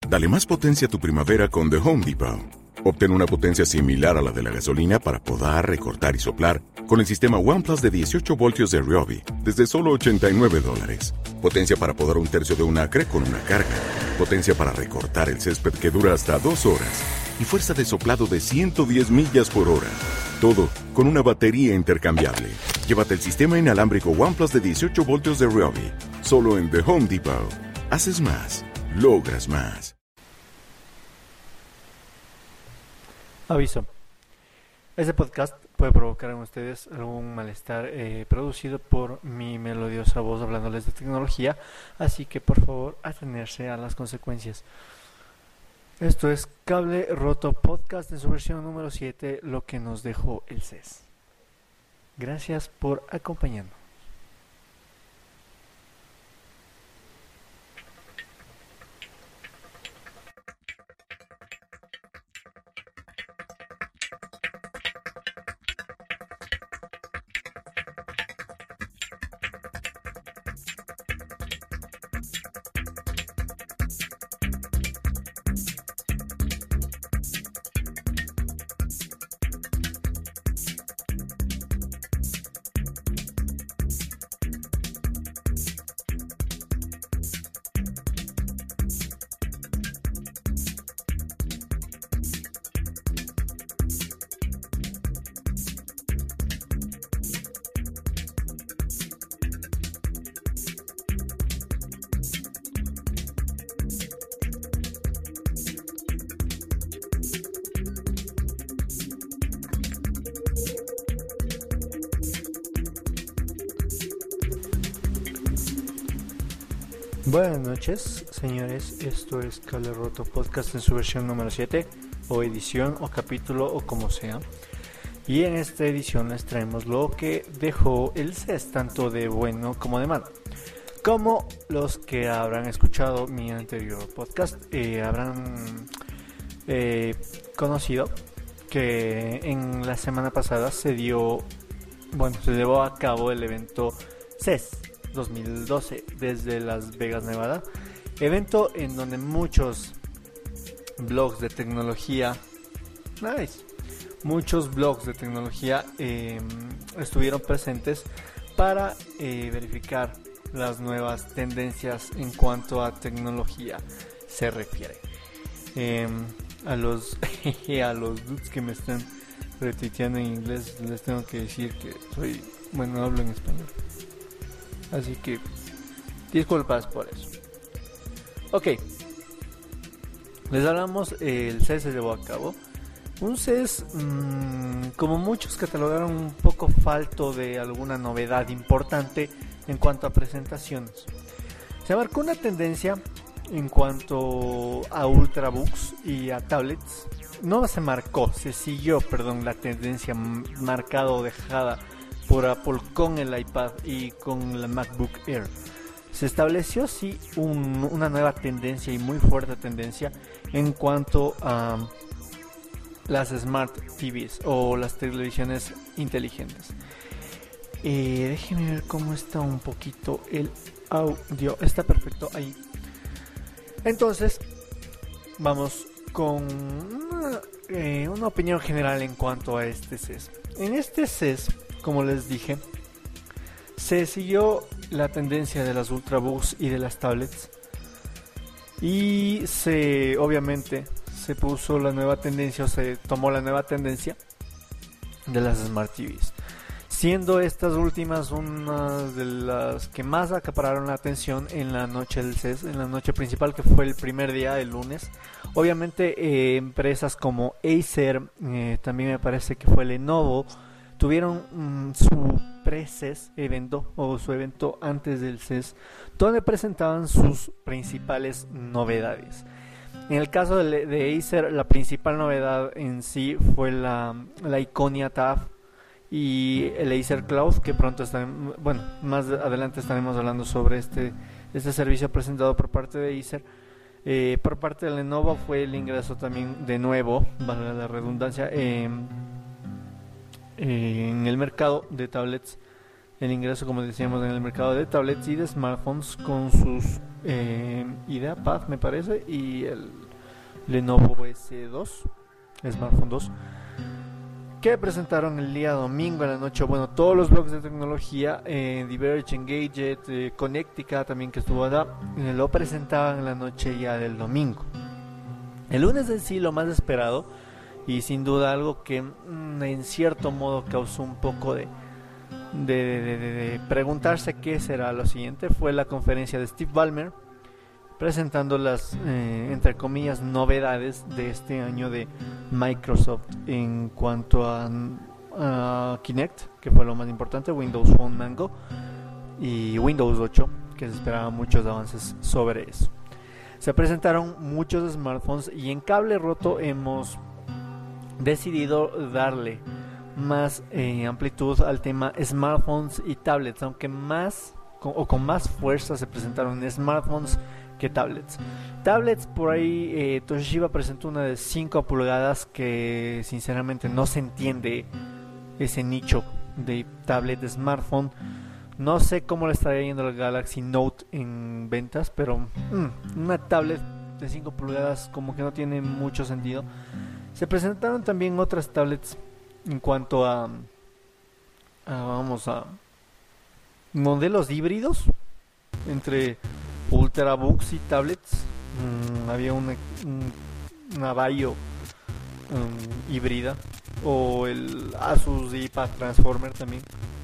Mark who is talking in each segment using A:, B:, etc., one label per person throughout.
A: Dale más potencia a tu primavera con The Home Depot. Obtén una potencia similar a la de la gasolina para podar, recortar y soplar con el sistema OnePlus de 18 voltios de Ryobi desde solo $89. Potencia para podar un tercio de un acre con una carga. Potencia para recortar el césped que dura hasta 2 horas. Y fuerza de soplado de 110 millas por hora. Todo con una batería intercambiable. Llévate el sistema inalámbrico OnePlus de 18 voltios de Ryobi. Solo en The Home Depot. Haces más. Logras más.
B: Aviso. Este podcast puede provocar en ustedes algún malestar producido por mi melodiosa voz hablándoles de tecnología, así que por favor atenerse a las consecuencias. Esto es Cable Roto Podcast en su versión número 7, lo que nos dejó el CES. Gracias por acompañarnos. Buenas noches, señores. Esto es Cable Roto Podcast en su versión número 7, o edición, o capítulo, o como sea. Y en esta edición les traemos lo que dejó el CES, tanto de bueno como de malo. Como los que habrán escuchado mi anterior podcast, habrán conocido que en la semana pasada se llevó a cabo el evento CES 2012 desde Las Vegas, Nevada, evento en donde muchos blogs de tecnología estuvieron presentes para verificar las nuevas tendencias en cuanto a tecnología se refiere. A los dudes que me están retuiteando en inglés les tengo que decir que hablo en español. Así que disculpas por eso. Ok, les hablamos, el CES se llevó a cabo. Un CES, como muchos catalogaron, un poco falto de alguna novedad importante en cuanto a presentaciones. Se marcó una tendencia en cuanto a ultrabooks y a tablets. Se siguió la tendencia marcada o dejada por Apple con el iPad y con la MacBook Air. Se estableció una nueva tendencia y muy fuerte tendencia en cuanto a las Smart TVs o las televisiones inteligentes. Déjenme ver cómo está un poquito el audio. Está perfecto ahí. Entonces vamos con una opinión general en cuanto a este CES. En este CES, como les dije, se siguió la tendencia de las ultrabooks y de las tablets, y obviamente se puso la nueva tendencia, o se tomó la nueva tendencia de las Smart TVs, siendo estas últimas una de las que más acapararon la atención en la noche del CES, en la noche principal, que fue el primer día, el lunes. Obviamente empresas como Acer, también me parece que fue Lenovo, tuvieron su pre-CES evento o su evento antes del CES, donde presentaban sus principales novedades. En el caso de Acer, la principal novedad en sí fue la Iconia Tab y el Acer Cloud, que pronto más adelante estaremos hablando sobre este servicio presentado por parte de Acer. Por parte de Lenovo fue el ingreso también, de nuevo, valga la redundancia, en el mercado de tablets el ingreso, como decíamos, en el mercado de tablets y de smartphones con sus IdeaPad, me parece, y el Lenovo S2, Smartphone 2, que presentaron el día domingo en la noche. Bueno, todos los blogs de tecnología, Diverge, Engadget, Connectica también, que estuvo allá, lo presentaban en la noche ya del domingo. El lunes en sí, lo más esperado, y sin duda algo que en cierto modo causó un poco de preguntarse qué será lo siguiente, fue la conferencia de Steve Ballmer presentando las entre comillas novedades de este año de Microsoft en cuanto a Kinect, que fue lo más importante, Windows Phone Mango y Windows 8, que se esperaban muchos avances sobre eso. Se presentaron muchos smartphones y en Cable Roto hemos decidido darle más amplitud al tema smartphones y tablets, aunque con más fuerza se presentaron smartphones que tablets. Tablets, por ahí Toshiba presentó una de 5 pulgadas que sinceramente no se entiende ese nicho de tablet de smartphone. No sé cómo le estaría yendo el Galaxy Note en ventas, pero una tablet de 5 pulgadas como que no tiene mucho sentido. Se presentaron también otras tablets en cuanto a modelos híbridos entre Ultrabooks y tablets. Había una Vaio híbrida, o el Asus iPad Transformer también.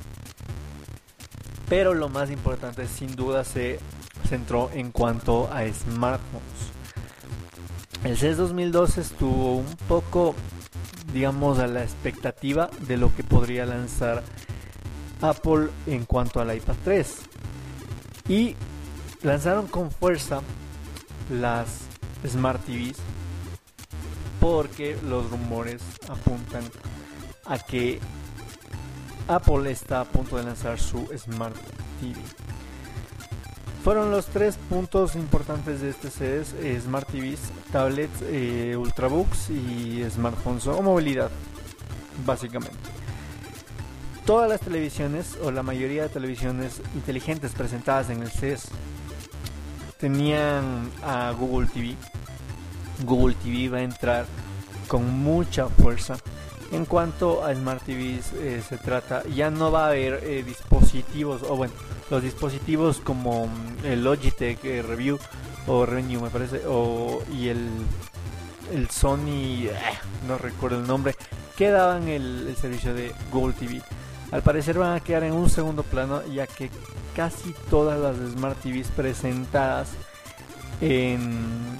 B: Pero lo más importante sin duda se centró en cuanto a smartphones. El CES 2012 estuvo un poco, digamos, a la expectativa de lo que podría lanzar Apple en cuanto al iPad 3, y lanzaron con fuerza las Smart TVs, porque los rumores apuntan a que Apple está a punto de lanzar su Smart TV. Fueron los 3 puntos importantes de este CES: Smart TVs, tablets, Ultrabooks y smartphones o movilidad, básicamente. Todas las televisiones, o la mayoría de televisiones inteligentes presentadas en el CES, tenían a Google TV. Google TV va a entrar con mucha fuerza. En cuanto a Smart TVs se trata, ya no va a haber dispositivos, o bueno, los dispositivos como el Logitech Review o Renew, me parece, y el Sony, no recuerdo el nombre, que daban el servicio de Google TV. Al parecer van a quedar en un segundo plano, ya que casi todas las Smart TVs presentadas en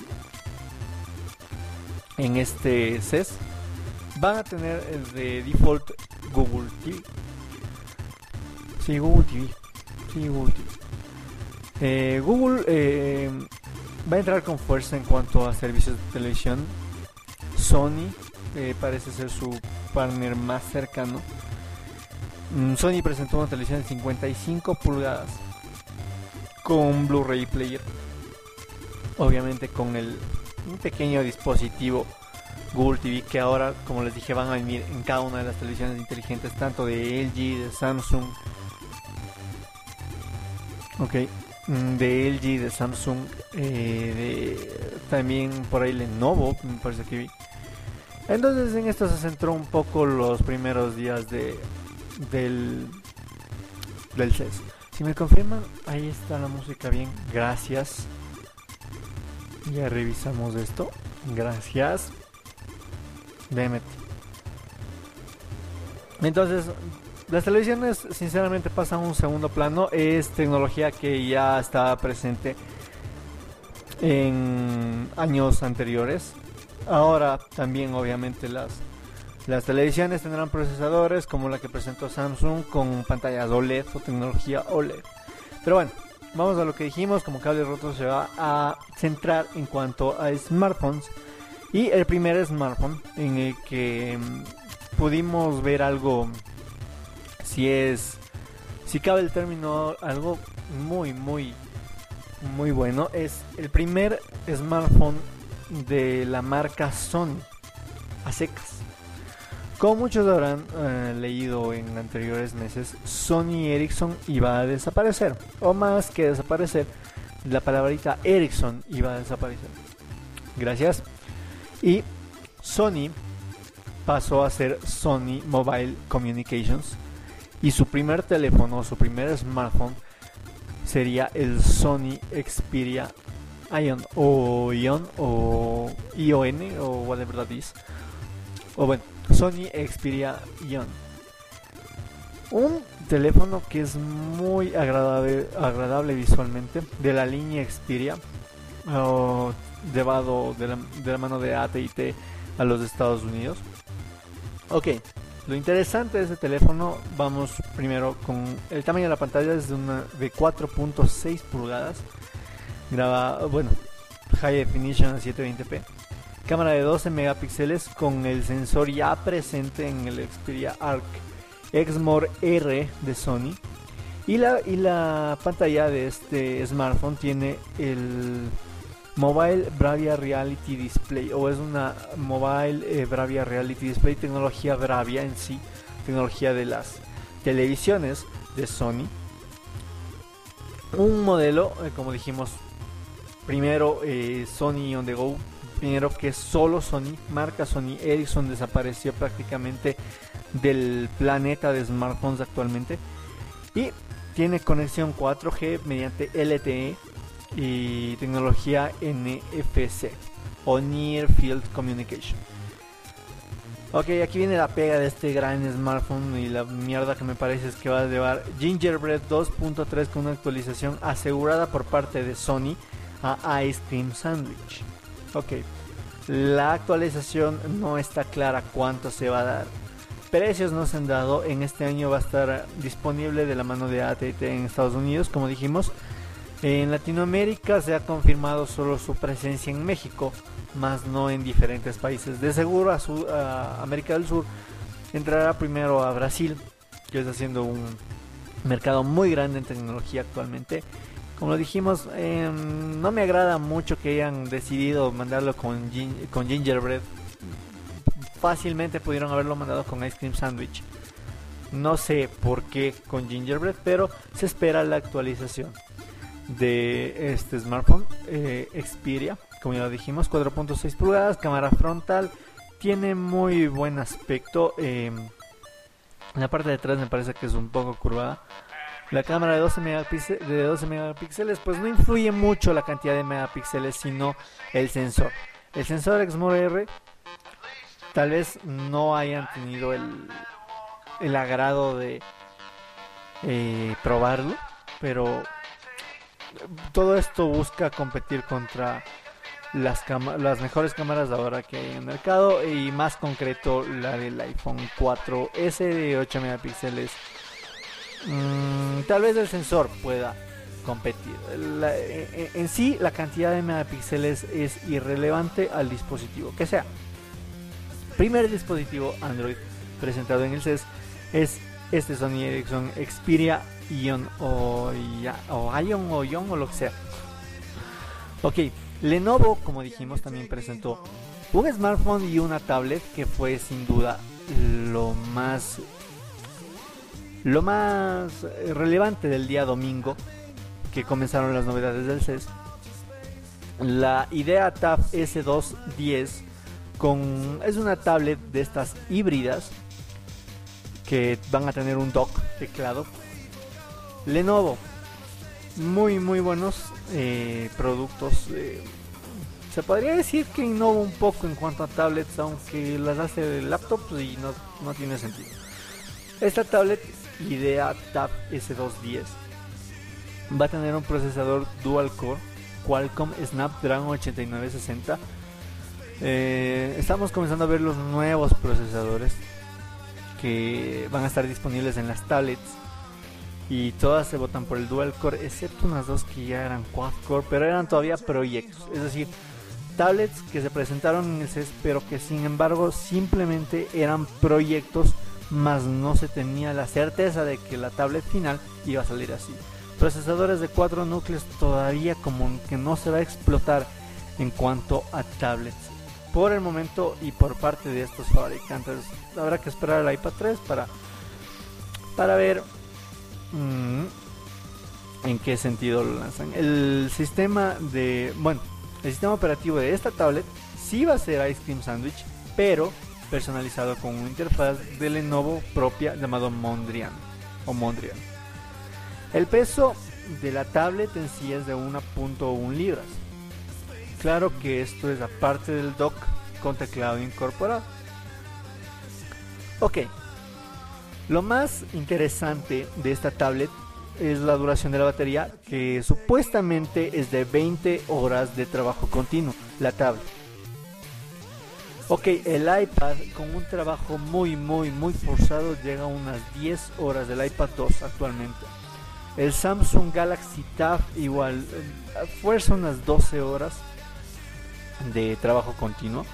B: este CES van a tener de default Google TV. Sí, Google TV. Google va a entrar con fuerza en cuanto a servicios de televisión. Sony parece ser su partner más cercano. Sony presentó una televisión de 55 pulgadas con Blu-ray player, obviamente con un pequeño dispositivo Google TV, que ahora, como les dije, van a venir en cada una de las televisiones inteligentes, tanto de LG, de Samsung, de LG, de Samsung, también por ahí Lenovo, me parece que vi. Entonces en esto se centró un poco los primeros días del CES. Si me confirman, ahí está la música bien, gracias. Ya revisamos esto, gracias. Démete. Entonces, las televisiones sinceramente pasan a un segundo plano. Es tecnología que ya estaba presente en años anteriores. Ahora también obviamente las televisiones tendrán procesadores como la que presentó Samsung, con pantallas OLED o tecnología OLED. Pero bueno, vamos a lo que dijimos. Como Cable Roto se va a centrar en cuanto a smartphones, y el primer smartphone en el que pudimos ver algo, si cabe el término, algo muy bueno, es el primer smartphone de la marca Sony a secas. Como muchos habrán leído en anteriores meses, Sony Ericsson iba a desaparecer, o más que desaparecer, la palabrita Ericsson iba a desaparecer. Gracias. Y Sony pasó a ser Sony Mobile Communications, y su primer teléfono, su primer smartphone sería el Sony Xperia Ion o Ion o ION o whatever that is, o bueno, Sony Xperia Ion. Un teléfono que es muy agradable visualmente, de la línea Xperia, llevado de la mano de AT&T a los Estados Unidos. Ok, lo interesante de este teléfono, vamos primero con el tamaño de la pantalla, es de 4.6 pulgadas, graba, bueno, High Definition a 720p, cámara de 12 megapíxeles con el sensor ya presente en el Xperia Arc Exmor R de Sony, y la pantalla de este smartphone tiene el Mobile Bravia Reality Display, o es una Mobile Bravia Reality Display, tecnología Bravia en sí, tecnología de las televisiones de Sony. Un modelo, como dijimos, primero Sony On The Go, primero que solo Sony, marca Sony. Ericsson desapareció prácticamente del planeta de smartphones actualmente, y tiene conexión 4G mediante LTE y tecnología NFC o Near Field Communication. Ok, aquí viene la pega de este gran smartphone, y la mierda que me parece es que va a llevar Gingerbread 2.3 con una actualización asegurada por parte de Sony a Ice Cream Sandwich. Ok, la actualización no está clara cuánto se va a dar. Precios no se han dado. En este año va a estar disponible de la mano de AT&T en Estados Unidos, como dijimos. En Latinoamérica se ha confirmado solo su presencia en México, más no en diferentes países. De seguro a América del Sur entrará primero a Brasil, que está haciendo un mercado muy grande en tecnología actualmente. Como lo dijimos, no me agrada mucho que hayan decidido mandarlo con Gingerbread. Fácilmente pudieron haberlo mandado con Ice Cream Sandwich. No sé por qué con Gingerbread, pero se espera la actualización de este smartphone Xperia, como ya lo dijimos, 4.6 pulgadas, cámara frontal, tiene muy buen aspecto. En la parte de atrás me parece que es un poco curvada. La cámara de 12 megapíxeles, pues no influye mucho la cantidad de megapíxeles, sino el sensor. El sensor Exmor R, tal vez no hayan tenido el agrado de probarlo, pero todo esto busca competir contra las mejores cámaras de ahora que hay en el mercado, y más concreto la del iPhone 4S de 8 megapíxeles. Tal vez el sensor pueda competir. En sí, la cantidad de megapíxeles es irrelevante al dispositivo que sea. Primer dispositivo Android presentado en el CES es este Sony Ericsson Xperia Ion o Ion o Ion o lo que sea. Ok, Lenovo, como dijimos, también presentó un smartphone y una tablet que fue sin duda lo más relevante del día domingo, que comenzaron las novedades del CES. La IdeaTab S210 es una tablet de estas híbridas que van a tener un dock teclado. Lenovo, muy buenos productos. Se podría decir que innova un poco en cuanto a tablets, aunque las hace de laptops y no tiene sentido. Esta tablet IdeaTab S210 va a tener un procesador dual core Qualcomm Snapdragon 8960. Estamos comenzando a ver los nuevos procesadores que van a estar disponibles en las tablets, y todas se votan por el dual core, excepto unas dos que ya eran quad core, pero eran todavía proyectos, es decir, tablets que se presentaron en el CES, pero que sin embargo simplemente eran proyectos, más no se tenía la certeza de que la tablet final iba a salir así. Procesadores de 4 núcleos todavía como que no se va a explotar en cuanto a tablets. por el momento y por parte de estos fabricantes. Habrá que esperar al iPad 3 para ver en qué sentido lo lanzan. El sistema operativo de esta tablet sí va a ser Ice Cream Sandwich, pero personalizado con una interfaz de Lenovo propia llamado Mondrian. El peso de la tablet en sí es de 1.1 libras. Claro que esto es aparte del dock con teclado incorporado. Ok, lo más interesante de esta tablet es la duración de la batería, que supuestamente es de 20 horas de trabajo continuo, la tablet. Ok, el iPad con un trabajo muy forzado llega a unas 10 horas del iPad 2 actualmente. El Samsung Galaxy Tab igual, fuerza unas 12 horas de trabajo continuo.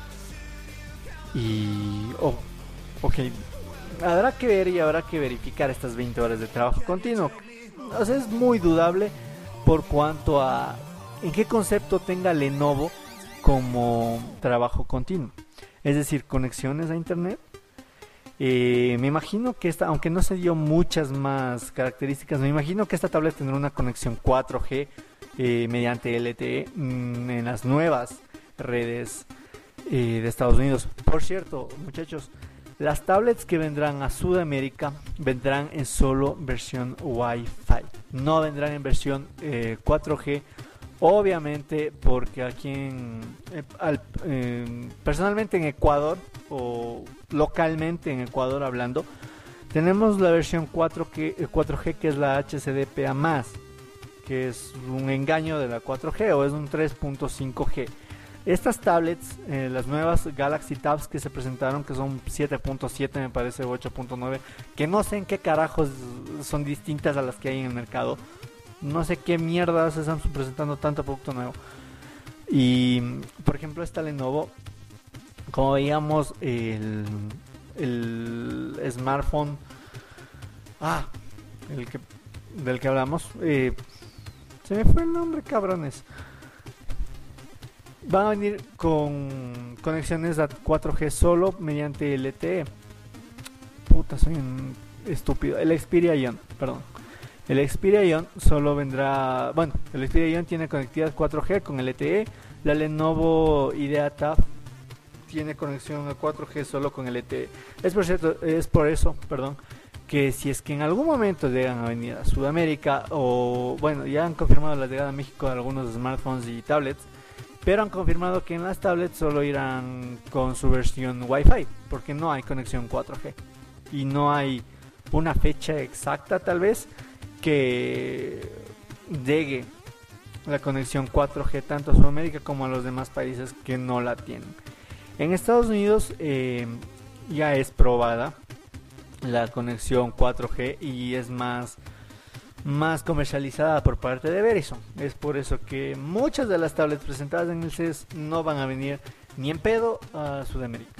B: Y ok, habrá que ver y habrá que verificar estas 20 horas de trabajo continuo. O sea, es muy dudable por cuanto a en qué concepto tenga Lenovo como trabajo continuo. Es decir, conexiones a internet. Me imagino que aunque no se dio muchas más características, me imagino que esta tablet tendrá una conexión 4G mediante LTE en las nuevas redes de Estados Unidos. Por cierto, muchachos, las tablets que vendrán a Sudamérica vendrán en solo versión Wi-Fi, no vendrán en versión 4G. Obviamente porque aquí personalmente en Ecuador o localmente en Ecuador hablando, tenemos la versión 4G que es la HCDPA+, que es un engaño de la 4G o es un 3.5G. Estas tablets, las nuevas Galaxy Tabs que se presentaron, que son 7.7 me parece, 8.9, que no sé en qué carajos son distintas a las que hay en el mercado. No sé qué mierdas se están presentando tanto producto nuevo. Y por ejemplo esta Lenovo, como veíamos el smartphone del que hablamos, se me fue el nombre, cabrones. Van a venir con conexiones a 4G solo mediante LTE. Puta, soy un estúpido. El Xperia Ion, perdón. El Xperia Ion solo vendrá... Bueno, el Xperia Ion tiene conectividad 4G con LTE. La Lenovo IdeaTab tiene conexión a 4G solo con LTE. Es por eso, que si es que en algún momento llegan a venir a Sudamérica, o bueno, ya han confirmado la llegada a México de algunos smartphones y tablets, pero han confirmado que en las tablets solo irán con su versión Wi-Fi, porque no hay conexión 4G y no hay una fecha exacta tal vez que llegue la conexión 4G tanto a Sudamérica como a los demás países que no la tienen. En Estados Unidos ya es probada la conexión 4G y es más comercializada por parte de Verizon. Es por eso que muchas de las tablets presentadas en el CES no van a venir ni en pedo a Sudamérica.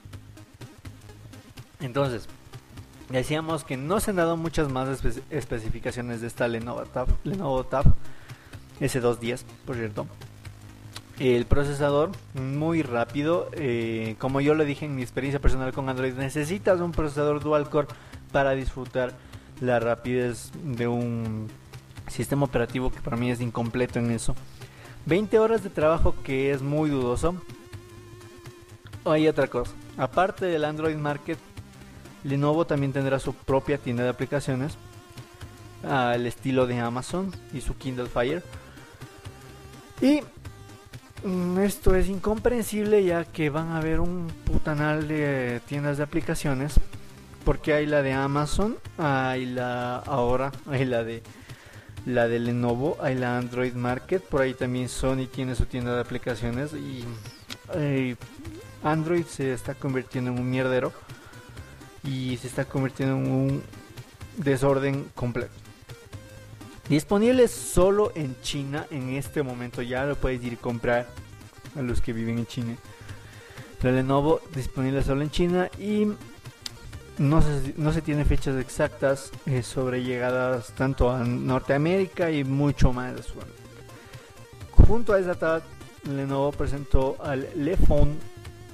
B: Entonces, decíamos que no se han dado muchas más especificaciones de esta Lenovo Tab S210, por cierto. El procesador muy rápido, como yo lo dije en mi experiencia personal con Android, necesitas un procesador dual core para disfrutar la rapidez de un sistema operativo que para mí es incompleto en eso. 20 horas de trabajo, que es muy dudoso. Hay otra cosa, aparte del Android Market, Lenovo también tendrá su propia tienda de aplicaciones al estilo de Amazon y su Kindle Fire. Y esto es incomprensible, ya que van a haber un putanal de tiendas de aplicaciones, porque hay la de Amazon, hay la de Lenovo, hay la Android Market, por ahí también Sony tiene su tienda de aplicaciones y Android se está convirtiendo en un mierdero y se está convirtiendo en un desorden completo. Disponible solo en China en este momento, ya lo puedes ir a comprar a los que viven en China. La Lenovo disponible solo en China y no se tiene fechas exactas sobre llegadas tanto a Norteamérica y mucho más a Sudamérica. Junto a esa tablet, Lenovo presentó al Lefone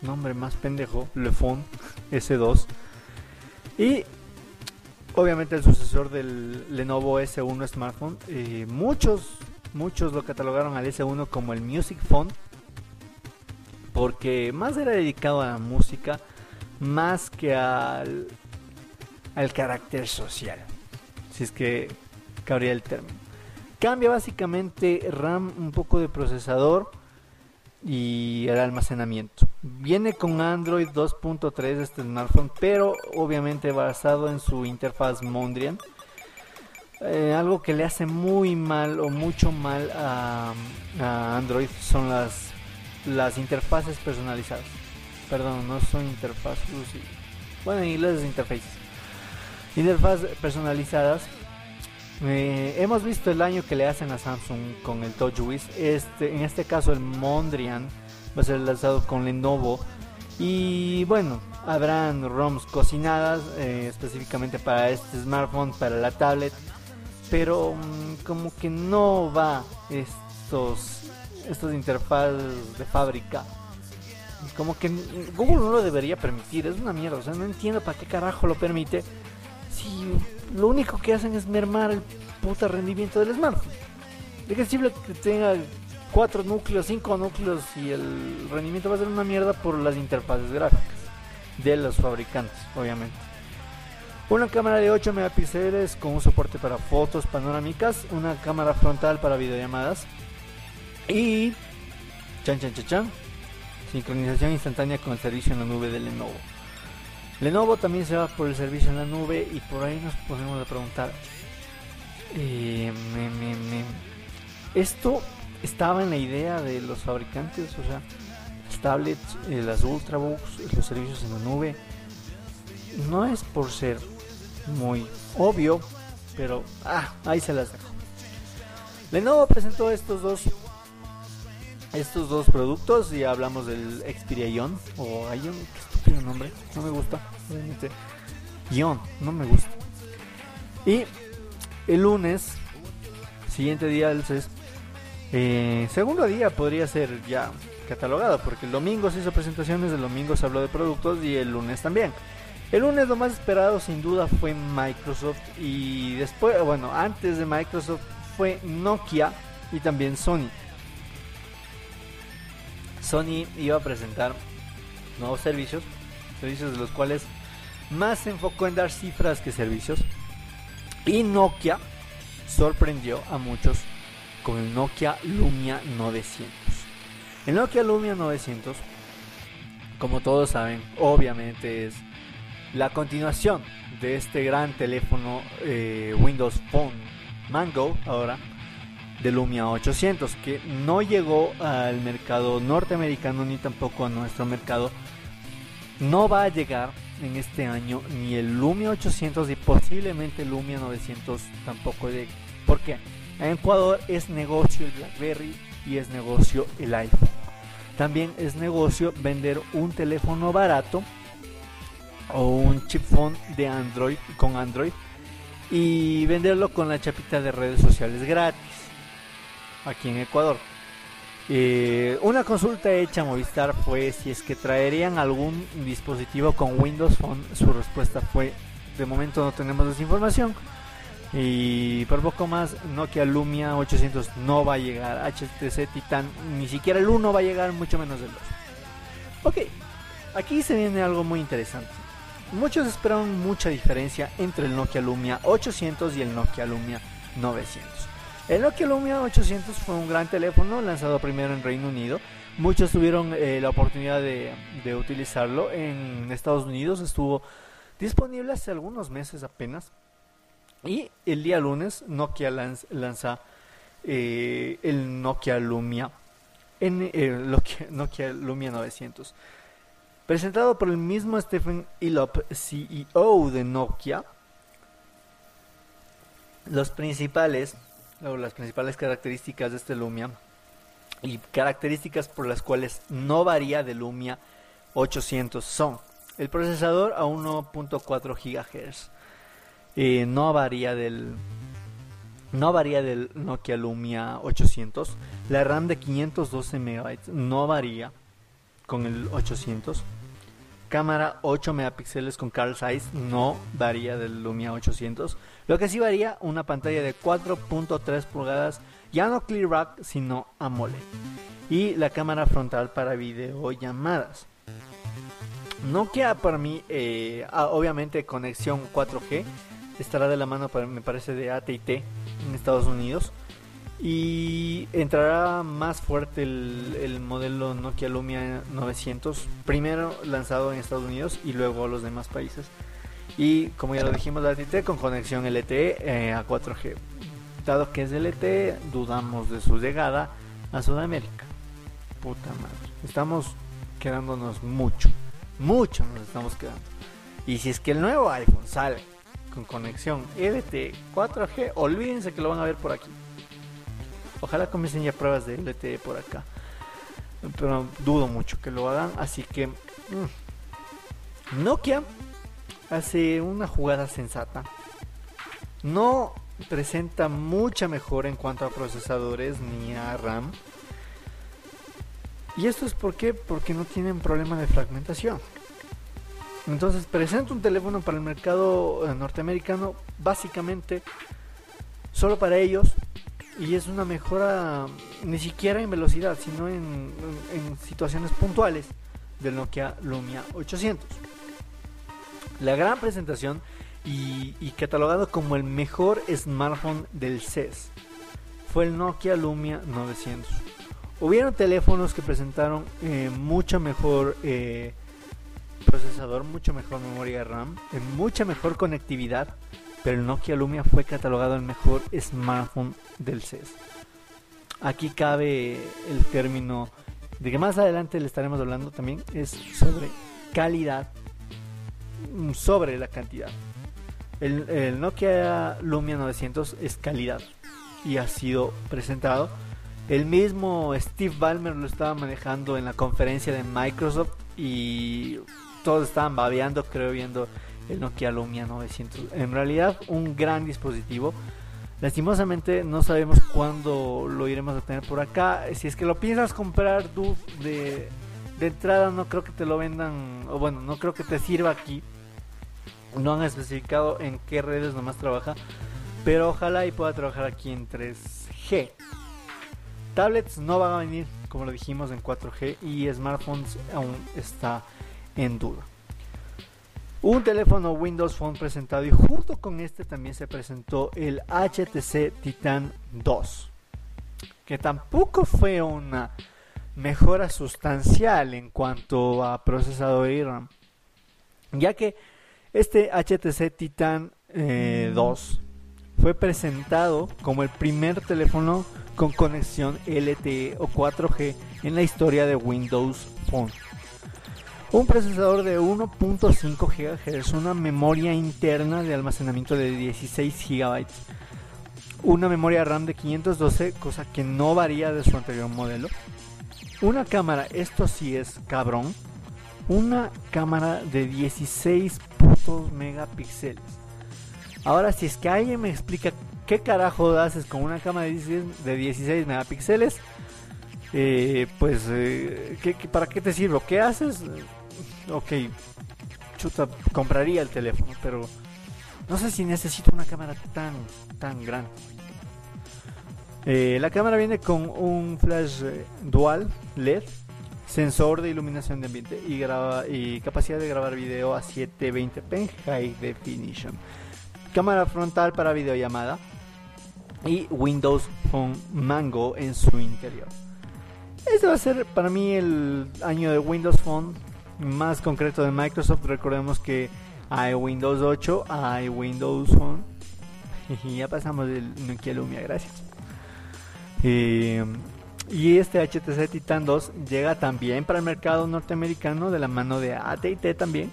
B: nombre más pendejo, Le Phone S2. Y obviamente el sucesor del Lenovo S1 smartphone. Muchos lo catalogaron al S1 como el Music Phone, porque más era dedicado a la música más que al carácter social, si es que cabría el término. Cambia básicamente RAM, un poco de procesador y el almacenamiento. Viene con Android 2.3 este smartphone, pero obviamente basado en su interfaz Mondrian. Algo que le hace muy mal o mucho mal a Android son las interfaces personalizadas. Perdón, no son interfaces. Bueno, en inglés es interfaces. Interfaces personalizadas. Hemos visto el daño que le hacen a Samsung con el TouchWiz. En este caso el Mondrian va a ser lanzado con Lenovo. Y bueno, habrán ROMs cocinadas específicamente para este smartphone, para la tablet. Pero como que no va estos interfaces de fábrica. Como que Google no lo debería permitir. Es una mierda, o sea, no entiendo para qué carajo lo permite. Si lo único que hacen es mermar el puta rendimiento del smartphone. ¿De qué es posible que tenga 4 núcleos, 5 núcleos y el rendimiento va a ser una mierda por las interfaces gráficas de los fabricantes, obviamente? Una cámara de 8 megapíxeles con un soporte para fotos panorámicas, una cámara frontal para videollamadas y sincronización instantánea con el servicio en la nube de Lenovo. Lenovo también se va por el servicio en la nube y por ahí nos ponemos a preguntar, ¿esto estaba en la idea de los fabricantes? O sea, las tablets, las ultrabooks, los servicios en la nube. No es por ser muy obvio, pero ahí se las dejo. Lenovo presentó estos dos productos y hablamos del Xperia Ion o Ion, qué estúpido nombre, no me gusta, obviamente. Ion, no me gusta. Y el lunes, siguiente día del CES, segundo día podría ser ya catalogado, porque el domingo se hizo presentaciones, el domingo se habló de productos y el lunes también. El lunes lo más esperado sin duda fue Microsoft y después, bueno, antes de Microsoft fue Nokia y también Sony. Sony iba a presentar nuevos servicios de los cuales más se enfocó en dar cifras que servicios. Y Nokia sorprendió a muchos con el Nokia Lumia 900. El Nokia Lumia 900, como todos saben, obviamente es la continuación de este gran teléfono Windows Phone Mango, ahora de Lumia 800, que no llegó al mercado norteamericano ni tampoco a nuestro mercado. No va a llegar en este año ni el Lumia 800 y posiblemente el Lumia 900 tampoco llegue. ¿Por qué? En Ecuador es negocio el BlackBerry y es negocio el iPhone. También es negocio vender un teléfono barato o un chip phone de Android con Android y venderlo con la chapita de redes sociales gratis aquí en Ecuador. Una consulta hecha a Movistar fue si es que traerían algún dispositivo con Windows Phone. Su respuesta fue: de momento no tenemos esa información. Y por poco más, Nokia Lumia 800 no va a llegar. HTC Titan, ni siquiera el 1 va a llegar, mucho menos el 2. Ok, aquí se viene algo muy interesante. Muchos esperaban mucha diferencia entre el Nokia Lumia 800 y el Nokia Lumia 900. El Nokia Lumia 800 fue un gran teléfono lanzado primero en Reino Unido. Muchos tuvieron la oportunidad de utilizarlo. En Estados Unidos estuvo disponible hace algunos meses apenas. Y el día lunes Nokia lanza el Nokia Lumia Nokia Lumia 900, presentado por el mismo Stephen Elop, CEO de Nokia. Las principales características de este Lumia y características por las cuales no varía del Lumia 800 son: el procesador a 1.4 GHz, no varía del Nokia Lumia 800. La RAM de 512 MB no varía. con el 800. Cámara 8 megapíxeles con Carl Zeiss, no varía del Lumia 800. Lo que sí varía, una pantalla de 4.3 pulgadas, ya no ClearRack, sino AMOLED. Y la cámara frontal para videollamadas. Nokia para mí, obviamente conexión 4G, estará de la mano, me parece, de AT&T en Estados Unidos. Y entrará más fuerte el modelo Nokia Lumia 900, primero lanzado en Estados Unidos y luego a los demás países. Y como ya lo dijimos, AT&T con conexión LTE a 4G. Dado que es LTE, dudamos de su llegada a Sudamérica. Puta madre, estamos quedándonos mucho nos estamos quedando. Y si es que el nuevo iPhone sale con conexión LTE 4G, olvídense que lo van a ver por aquí. Ojalá comiencen ya pruebas de LTE por acá, pero dudo mucho que lo hagan. Así que Nokia hace una jugada sensata. No presenta mucha mejora en cuanto a procesadores ni a RAM. Y esto es porque no tienen problema de fragmentación. Entonces presenta un teléfono para el mercado norteamericano básicamente solo para ellos. Y es una mejora ni siquiera en velocidad, sino en situaciones puntuales del Nokia Lumia 800. La gran presentación y catalogado como el mejor smartphone del CES fue el Nokia Lumia 900. Hubieron teléfonos que presentaron mucho mejor procesador, mucho mejor memoria RAM, mucha mejor conectividad, pero el Nokia Lumia fue catalogado el mejor smartphone del CES. Aquí cabe el término de que más adelante le estaremos hablando también, es sobre calidad sobre la cantidad. El Nokia Lumia 900 es calidad y ha sido presentado. El mismo Steve Ballmer lo estaba manejando en la conferencia de Microsoft y todos estaban babeando, creo, viendo el Nokia Lumia 900. En realidad un gran dispositivo. Lastimosamente no sabemos cuándo lo iremos a tener por acá. Si es que lo piensas comprar, de entrada no creo que te lo vendan, o bueno, no creo que te sirva aquí. No han especificado en qué redes nomás trabaja, pero ojalá y pueda trabajar aquí en 3G. Tablets no van a venir, como lo dijimos, en 4G, y smartphones aún está en duda. Un teléfono Windows Phone presentado, y junto con este también se presentó el HTC Titan 2, que tampoco fue una mejora sustancial en cuanto a procesador y RAM, ya que este HTC Titan 2 fue presentado como el primer teléfono con conexión LTE o 4G en la historia de Windows Phone. Un procesador de 1.5 GHz, una memoria interna de almacenamiento de 16 GB, una memoria RAM de 512, cosa que no varía de su anterior modelo, una cámara, esto sí es cabrón, una cámara de 16 putos megapíxeles. Ahora, si es que alguien me explica qué carajo haces con una cámara de 16 megapíxeles, ¿para qué te sirve? ¿Qué haces? Ok, chuta, compraría el teléfono, pero no sé si necesito una cámara tan grande. La cámara viene con un flash dual LED, sensor de iluminación de ambiente y capacidad de grabar video a 720p en High Definition. Cámara frontal para videollamada y Windows Phone Mango en su interior. Este va a ser para mí el año de Windows Phone, más concreto de Microsoft. Recordemos que hay Windows 8, hay Windows Phone y ya pasamos del Nokia Lumia, gracias. Y este HTC Titan 2 llega también para el mercado norteamericano de la mano de AT&T también.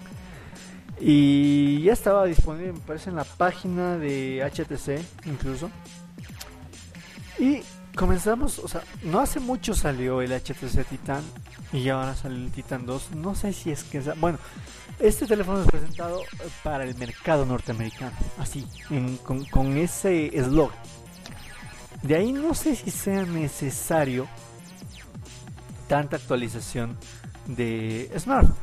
B: Y ya estaba disponible, me parece, en la página de HTC incluso. Y comenzamos, o sea, no hace mucho salió el HTC Titan y ahora sale el Titan 2. No sé si es que... Bueno, este teléfono es presentado para el mercado norteamericano, así, con ese eslogan. De ahí no sé si sea necesario tanta actualización de smartphones.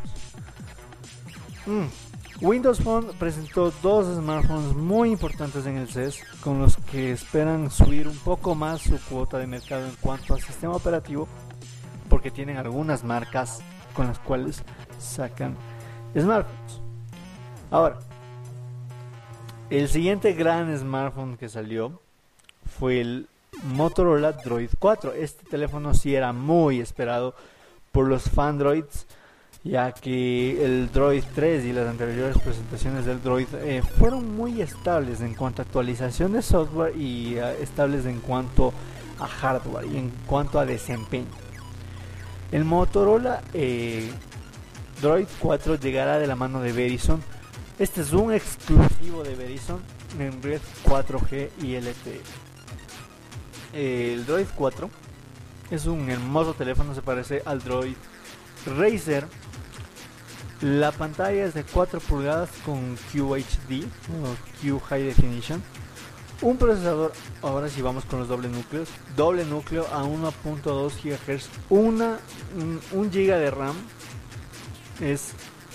B: Windows Phone presentó dos smartphones muy importantes en el CES, con los que esperan subir un poco más su cuota de mercado en cuanto al sistema operativo, porque tienen algunas marcas con las cuales sacan smartphones. Ahora, el siguiente gran smartphone que salió fue el Motorola Droid 4. Este teléfono sí era muy esperado por los fandroids, ya que el Droid 3 y las anteriores presentaciones del Droid fueron muy estables en cuanto a actualización de software y estables en cuanto a hardware y en cuanto a desempeño. El Motorola Droid 4 llegará de la mano de Verizon. Este es un exclusivo de Verizon en red 4G y LTE. El Droid 4 es un hermoso teléfono, se parece al Droid Razer. La pantalla es de 4 pulgadas con QHD o Q High Definition. Un procesador, ahora sí vamos con los doble núcleos. Doble núcleo a 1.2 GHz, 1 GB de RAM. Es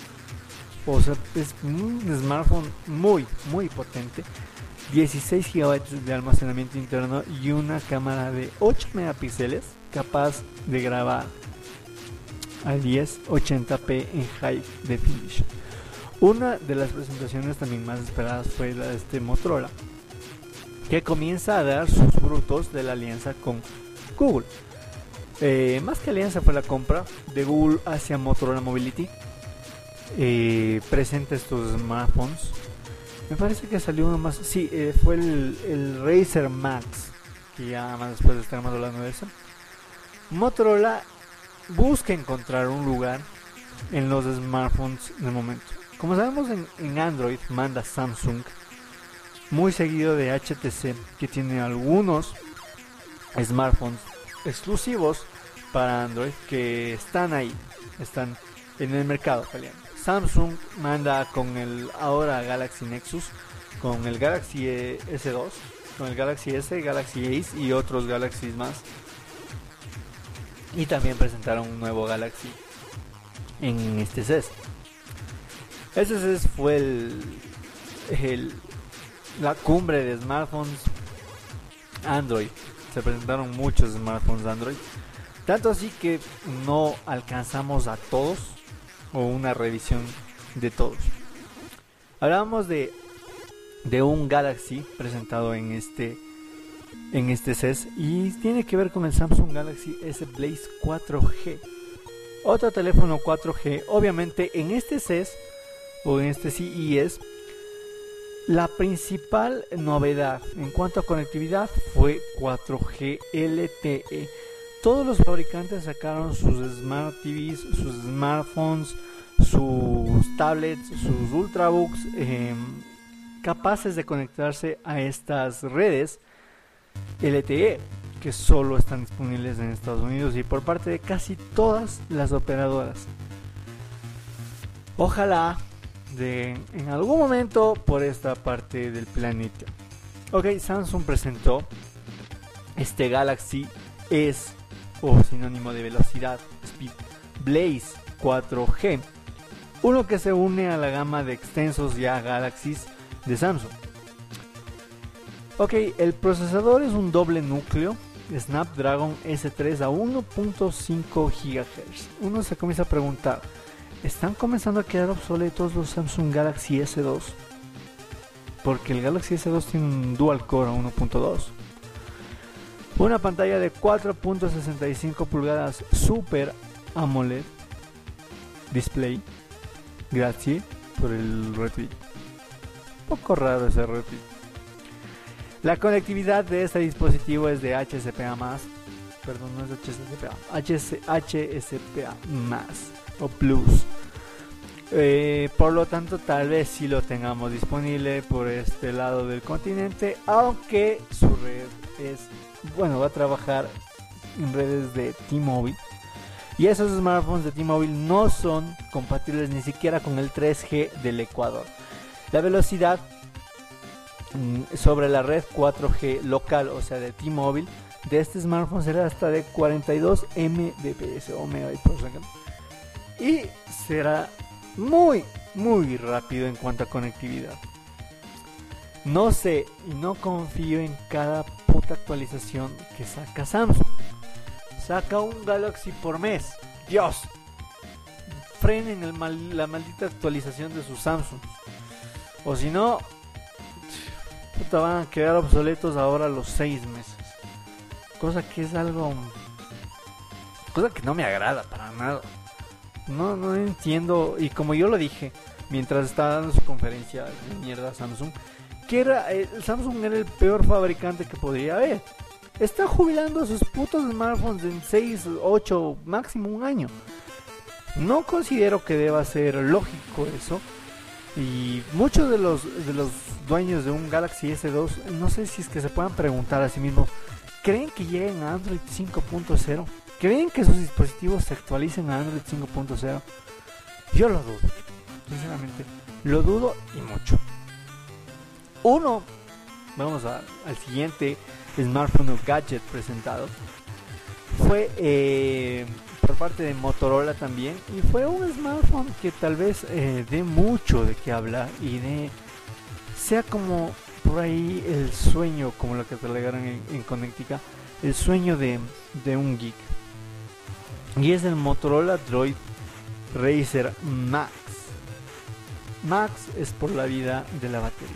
B: un smartphone muy potente. 16 GB de almacenamiento interno y una cámara de 8 megapíxeles capaz de grabar a 1080p en High Definition. Una de las presentaciones también más esperadas fue la de este Motorola, que comienza a dar sus frutos de la alianza con Google. Más que alianza, fue la compra de Google hacia Motorola Mobility. Presenta estos smartphones. Me parece que salió uno más. Sí, fue el Razer Max, que ya más después estaremos hablando de eso. Motorola busca encontrar un lugar en los smartphones de momento. Como sabemos, en Android manda Samsung, muy seguido de HTC, que tiene algunos smartphones exclusivos para Android que están ahí, están en el mercado peleando. Samsung manda con el ahora Galaxy Nexus, con el Galaxy S2, con el Galaxy S, Galaxy Ace y otros Galaxies más. Y también presentaron un nuevo Galaxy en este CES. Este CES fue la cumbre de smartphones Android. Se presentaron muchos smartphones Android, tanto así que no alcanzamos a todos o una revisión de todos. Hablábamos de un Galaxy presentado en este CES y tiene que ver con el Samsung Galaxy S Blaze 4G, otro teléfono 4G. Obviamente en este CES o en este CES, la principal novedad en cuanto a conectividad fue 4G LTE. Todos los fabricantes sacaron sus Smart TVs, sus smartphones, sus tablets, sus ultrabooks capaces de conectarse a estas redes LTE, que solo están disponibles en Estados Unidos y por parte de casi todas las operadoras. Ojalá en algún momento por esta parte del planeta. Ok, Samsung presentó este Galaxy S, o sinónimo de velocidad, Speed Blaze 4G, uno que se une a la gama de extensos ya Galaxies de Samsung. Ok, el procesador es un doble núcleo Snapdragon S3 a 1.5 GHz. Uno se comienza a preguntar, ¿están comenzando a quedar obsoletos los Samsung Galaxy S2? Porque el Galaxy S2 tiene un dual core a 1.2. Una pantalla de 4.65 pulgadas Super AMOLED display. Gracias por el retweet. Un poco raro ese retweet. La conectividad de este dispositivo es de HSPA+, perdón, no es HSPA, HSPA+, o Plus. Por lo tanto, tal vez sí lo tengamos disponible por este lado del continente, aunque su red va a trabajar en redes de T-Mobile. Y esos smartphones de T-Mobile no son compatibles ni siquiera con el 3G del Ecuador. La velocidad sobre la red 4G local, o sea de T-Mobile, de este smartphone será hasta de 42 Mbps o megabytes por segundo. y será muy rápido en cuanto a conectividad. No sé y no confío en cada puta actualización que saca Samsung. Saca un Galaxy por mes. Dios, frenen la maldita actualización de sus Samsung. O si no, puta, van a quedar obsoletos ahora a los 6 meses. Cosa que es algo... cosa que no me agrada para nada. No entiendo. Y como yo lo dije mientras estaba dando su conferencia de mierda Samsung, que Samsung era el peor fabricante que podría haber. Está jubilando sus putos smartphones en 6, 8, máximo un año. No considero que deba ser lógico eso. Y muchos de los dueños de un Galaxy S2, no sé si es que se puedan preguntar a sí mismos, ¿creen que lleguen a Android 5.0? ¿Creen que sus dispositivos se actualicen a Android 5.0? Yo lo dudo, sinceramente, lo dudo y mucho. Vamos al siguiente smartphone o gadget presentado. Fue por parte de Motorola también, y fue un smartphone que tal vez dé mucho de qué hablar y sea como por ahí el sueño, como lo que te alegaron en Connectica, el sueño de un geek. Y es el Motorola Droid Racer Max. Max es por la vida de la batería.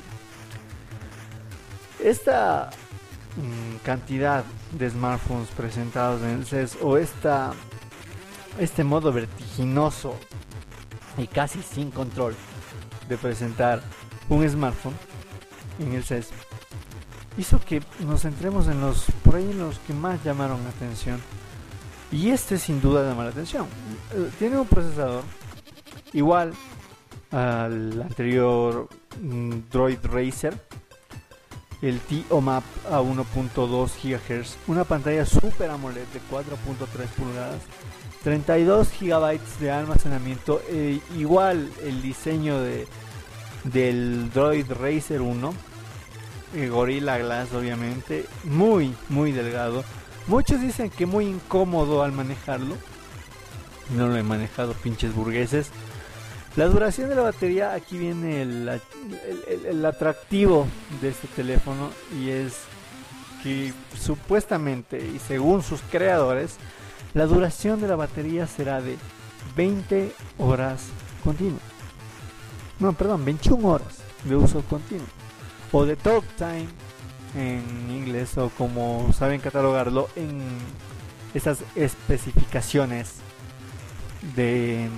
B: Esta cantidad de smartphones presentados en el CES, o este modo vertiginoso y casi sin control de presentar un smartphone en el CES, hizo que nos centremos en los que más llamaron la atención. Y este sin duda llama la atención. Tiene un procesador igual al anterior Droid Racer, el TOMAP a 1.2 GHz, una pantalla Super AMOLED de 4.3 pulgadas, 32 GB de almacenamiento, igual el diseño del Droid Racer 1, Gorilla Glass obviamente, muy delgado. Muchos dicen que muy incómodo al manejarlo. No lo he manejado, pinches burgueses. La duración de la batería, aquí viene el atractivo de este teléfono, y es que supuestamente y según sus creadores, la duración de la batería será de 20 horas continuas. No, perdón, 21 horas de uso continuo, o de talk time en inglés, o como saben catalogarlo en esas especificaciones de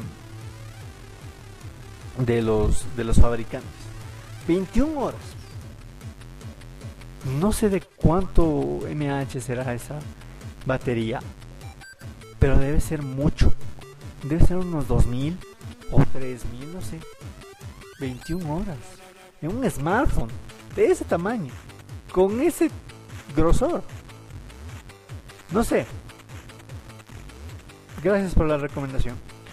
B: los fabricantes. 21 horas. No sé de cuánto mAh será esa batería, pero debe ser mucho. Debe ser unos 2000 o 3000, no sé. 21 horas en un smartphone de ese tamaño, con ese grosor. No sé. Gracias por la recomendación.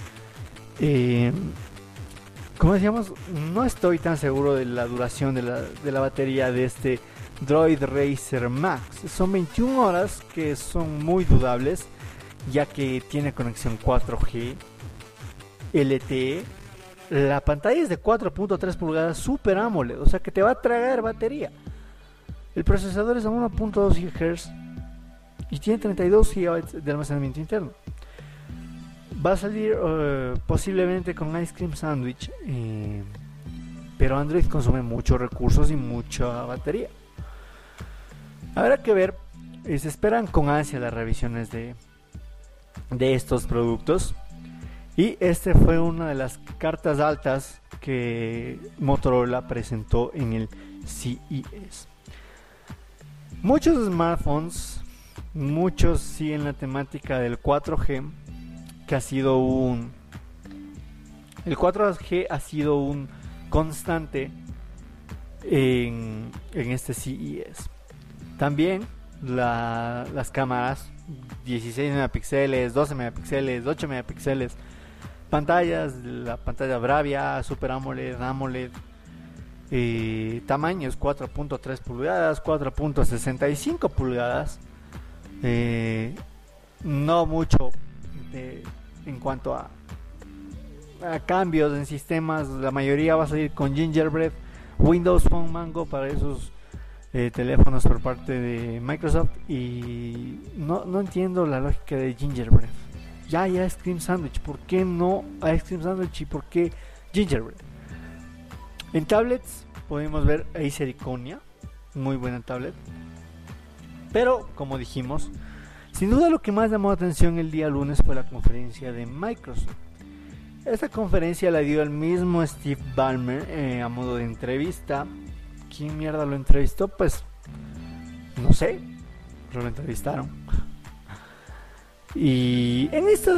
B: Como decíamos, no estoy tan seguro de la duración de la batería de este Droid Racer Max. Son 21 horas que son muy dudables, ya que tiene conexión 4G, LTE. La pantalla es de 4.3 pulgadas Super AMOLED, o sea que te va a tragar batería. El procesador es a 1.2 GHz y tiene 32 GB de almacenamiento interno. Va a salir posiblemente con Ice Cream Sandwich, pero Android consume muchos recursos y mucha batería. Habrá que ver. Se esperan con ansia las revisiones de estos productos, y este fue una de las cartas altas que Motorola presentó en el CES. Muchos smartphones, muchos siguen la temática del 4G, que ha sido el 4G ha sido un constante en este CES. También las cámaras 16 megapíxeles, 12 megapíxeles, 8 megapíxeles, pantallas, la pantalla Bravia, Super AMOLED, AMOLED, tamaños 4.3 pulgadas, 4.65 pulgadas, no mucho en cuanto a
C: cambios en sistemas. La mayoría va a salir con Gingerbread, Windows Phone Mango para esos teléfonos por parte de Microsoft. Y no entiendo la lógica de Gingerbread. Ya hay Ice Cream Sandwich, ¿por qué no Ice Cream Sandwich y por qué Gingerbread? En tablets podemos ver Acer Iconia, muy buena tablet. Pero como dijimos, sin duda lo que más llamó la atención el día lunes fue la conferencia de Microsoft. Esta conferencia la dio el mismo Steve Ballmer a modo de entrevista. ¿Quién mierda lo entrevistó? Pues no sé, pero lo entrevistaron. Y en esta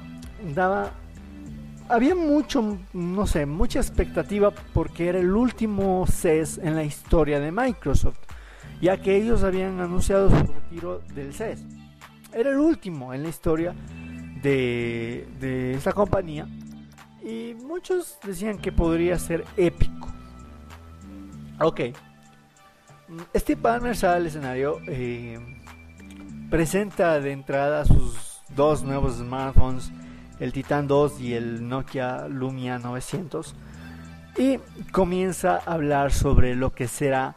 C: había mucha expectativa porque era el último CES en la historia de Microsoft, ya que ellos habían anunciado su retiro del CES. Era el último en la historia de esta compañía y muchos decían que podría ser épico. Ok, Steve Ballmer sale al escenario, presenta de entrada sus dos nuevos smartphones, el Titan 2 y el Nokia Lumia 900, y comienza a hablar sobre lo que será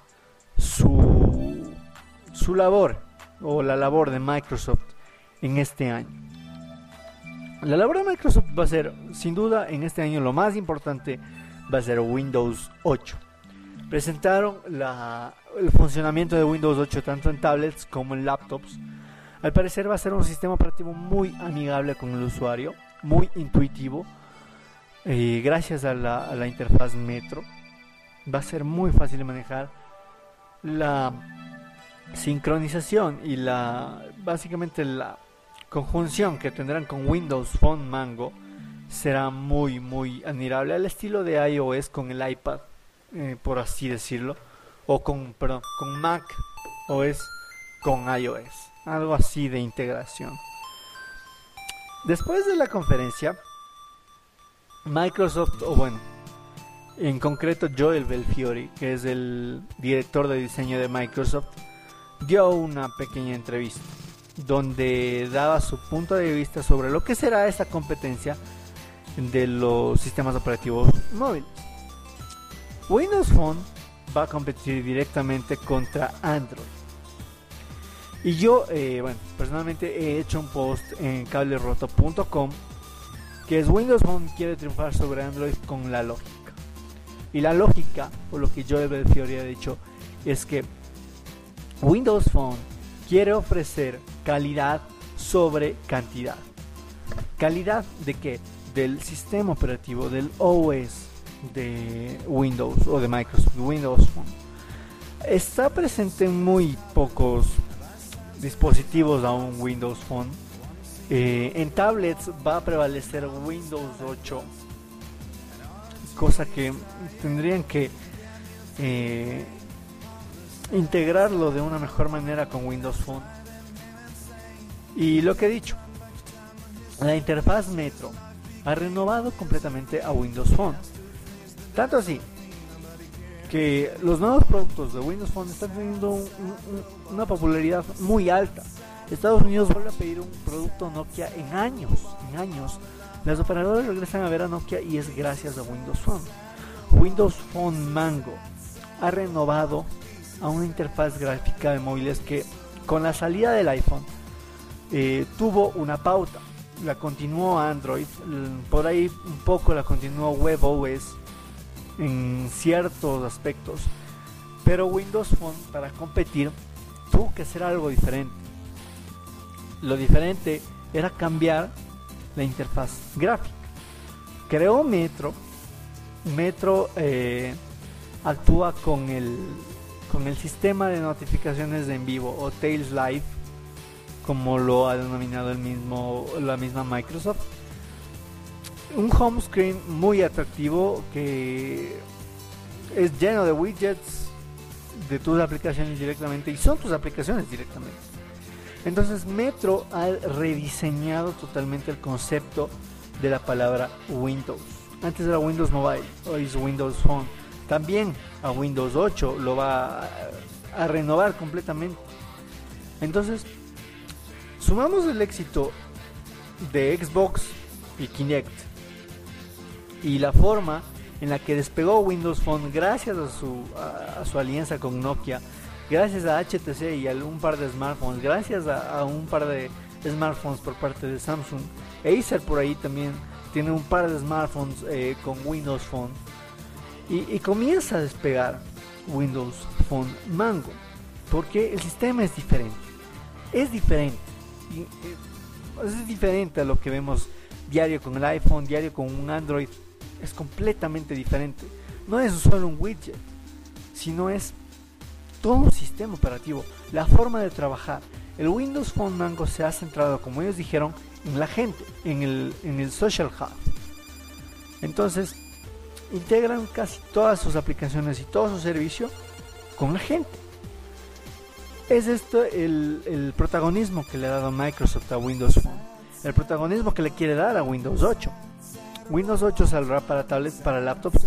C: su labor o la labor de Microsoft en este año. La labor de Microsoft va a ser, sin duda, en este año lo más importante va a ser Windows 8. Presentaron el funcionamiento de Windows 8 tanto en tablets como en laptops. Al parecer va a ser un sistema operativo muy amigable con el usuario, muy intuitivo, gracias a la interfaz Metro. Va a ser muy fácil de manejar. La sincronización y básicamente la conjunción que tendrán con Windows Phone Mango será muy muy admirable, al estilo de iOS con el iPad, por así decirlo, o con Mac OS con iOS, algo así de integración. Después de la conferencia, Microsoft, en concreto Joel Belfiore, que es el director de diseño de Microsoft, dio una pequeña entrevista donde daba su punto de vista sobre lo que será esta competencia de los sistemas operativos móviles. Windows Phone va a competir directamente contra Android. Y yo, personalmente he hecho un post en cableroto.com que es: Windows Phone quiere triunfar sobre Android con la lógica. Y la lógica, o lo que Joel Belfiore ha dicho, es que Windows Phone quiere ofrecer calidad sobre cantidad. ¿Calidad de qué? Del sistema operativo, del OS de Windows o de Microsoft. Windows Phone está presente en muy pocos dispositivos aún. Windows Phone en tablets va a prevalecer Windows 8, cosa que tendrían que integrarlo de una mejor manera con Windows Phone. Y lo que he dicho, la interfaz Metro ha renovado completamente a Windows Phone, tanto así que los nuevos productos de Windows Phone están teniendo una popularidad muy alta. Estados Unidos vuelve a pedir un producto Nokia en años. Las operadoras regresan a ver a Nokia y es gracias a Windows Phone. Windows Phone Mango ha renovado a una interfaz gráfica de móviles que con la salida del iPhone tuvo una pauta. La continuó Android, por ahí un poco la continuó WebOS en ciertos aspectos, pero Windows Phone, para competir, tuvo que hacer algo diferente. Lo diferente era cambiar la interfaz gráfica. Creó Metro. Metro actúa con el sistema de notificaciones de en vivo, o Tails Live, como lo ha denominado la misma Microsoft. Un home screen muy atractivo que es lleno de widgets de tus aplicaciones directamente, y son tus aplicaciones directamente. Entonces Metro ha rediseñado totalmente el concepto de la palabra Windows. Antes era Windows Mobile, hoy es Windows Phone. También a Windows 8 lo va a renovar completamente. Entonces, sumamos el éxito de Xbox y Kinect Y la forma en la que despegó Windows Phone gracias a su alianza con Nokia, gracias a HTC y a un par de smartphones, gracias a un par de smartphones por parte de Samsung. Acer por ahí también tiene un par de smartphones con Windows Phone. Y comienza a despegar Windows Phone Mango, porque el sistema es diferente. Es diferente. Es diferente a lo que vemos diario con el iPhone, diario con un Android. Es completamente diferente. No es solo un widget, sino es todo un sistema operativo, la forma de trabajar. El Windows Phone Mango se ha centrado, como ellos dijeron, en la gente, en el Social Hub. Entonces, integran casi todas sus aplicaciones y todo su servicio con la gente. Es esto el protagonismo que le ha dado Microsoft a Windows Phone, el protagonismo que le quiere dar a Windows 8. Windows 8 saldrá para tablets, para laptops.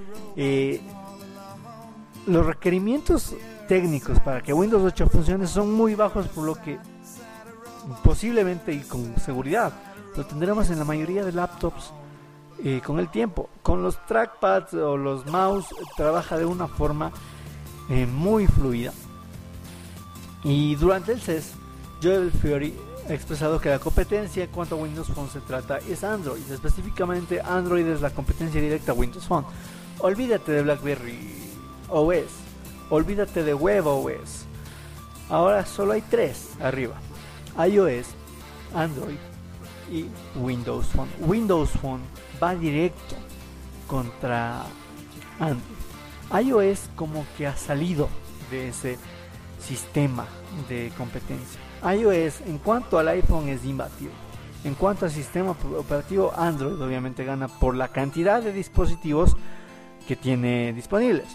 C: Los requerimientos técnicos para que Windows 8 funcione son muy bajos, por lo que posiblemente y con seguridad lo tendremos en la mayoría de laptops con el tiempo. Con los trackpads o los mouse trabaja de una forma muy fluida. Y durante el CES, Joel Fiori ha expresado que la competencia en cuanto a Windows Phone se trata es Android. Específicamente, Android es la competencia directa a Windows Phone. Olvídate de BlackBerry OS, olvídate de WebOS. Ahora solo hay tres arriba: iOS, Android y Windows Phone. Windows Phone va directo contra Android. iOS como que ha salido de ese sistema de competencia. iOS en cuanto al iPhone es imbatible. En cuanto al sistema operativo, Android obviamente gana por la cantidad de dispositivos que tiene disponibles.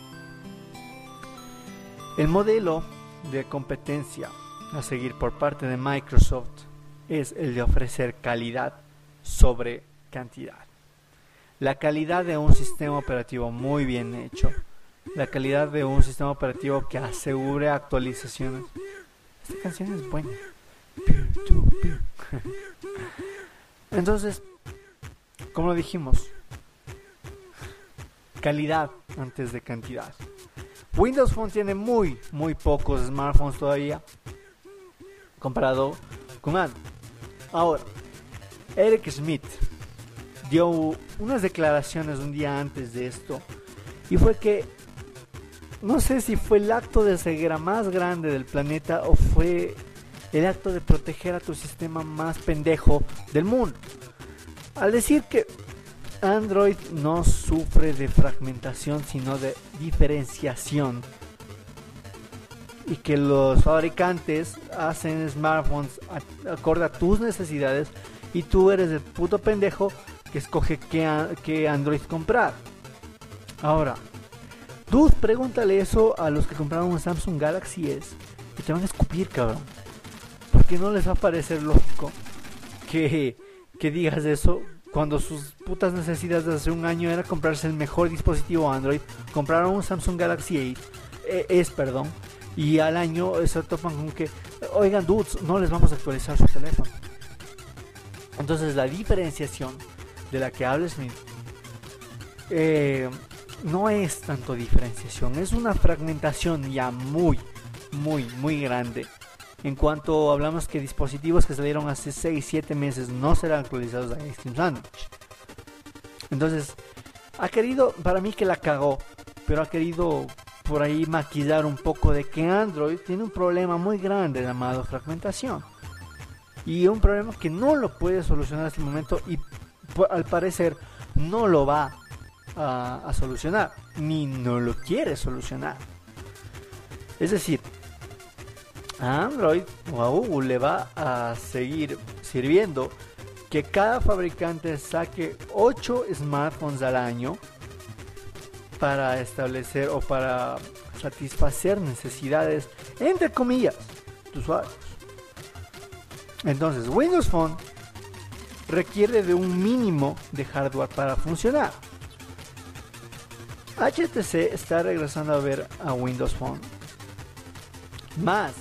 C: El modelo de competencia a seguir por parte de Microsoft es el de ofrecer calidad sobre cantidad. La calidad de un sistema operativo muy bien hecho, la calidad de un sistema operativo que asegure actualizaciones. Esta canción es buena. Entonces, como dijimos, calidad antes de cantidad. Windows Phone tiene muy pocos smartphones todavía comparado con Android. Ahora, Eric Schmidt dio unas declaraciones un día antes de esto, y fue que no sé si fue el acto de ceguera más grande del planeta o fue el acto de proteger a tu sistema más pendejo del mundo, al decir que Android no sufre de fragmentación sino de diferenciación, y que los fabricantes hacen smartphones acorde a tus necesidades y tú eres el puto pendejo que escoge qué Android comprar. Ahora, dude, pregúntale eso a los que compraron un Samsung Galaxy S y te van a escupir, cabrón, porque no les va a parecer lógico que digas eso cuando sus putas necesidades de hace un año era comprarse el mejor dispositivo Android. Compraron un Samsung Galaxy S, y al año se topan con que, oigan dudes, no les vamos a actualizar su teléfono. Entonces la diferenciación de la que hables no es tanto diferenciación, es una fragmentación ya muy grande. En cuanto hablamos que dispositivos que salieron hace 6-7 meses no serán actualizados a Extreme Sandwich. Entonces, ha querido, para mí que la cagó, pero ha querido por ahí maquillar un poco de que Android tiene un problema muy grande llamado fragmentación. Y un problema que no lo puede solucionar en este momento y al parecer no lo va a solucionar, ni no lo quiere solucionar. Es decir, a Android o a Google le va a seguir sirviendo que cada fabricante saque 8 smartphones al año para establecer o para satisfacer necesidades, entre comillas, de usuarios. Entonces, Windows Phone requiere de un mínimo de hardware para funcionar. HTC está regresando a ver a Windows Phone más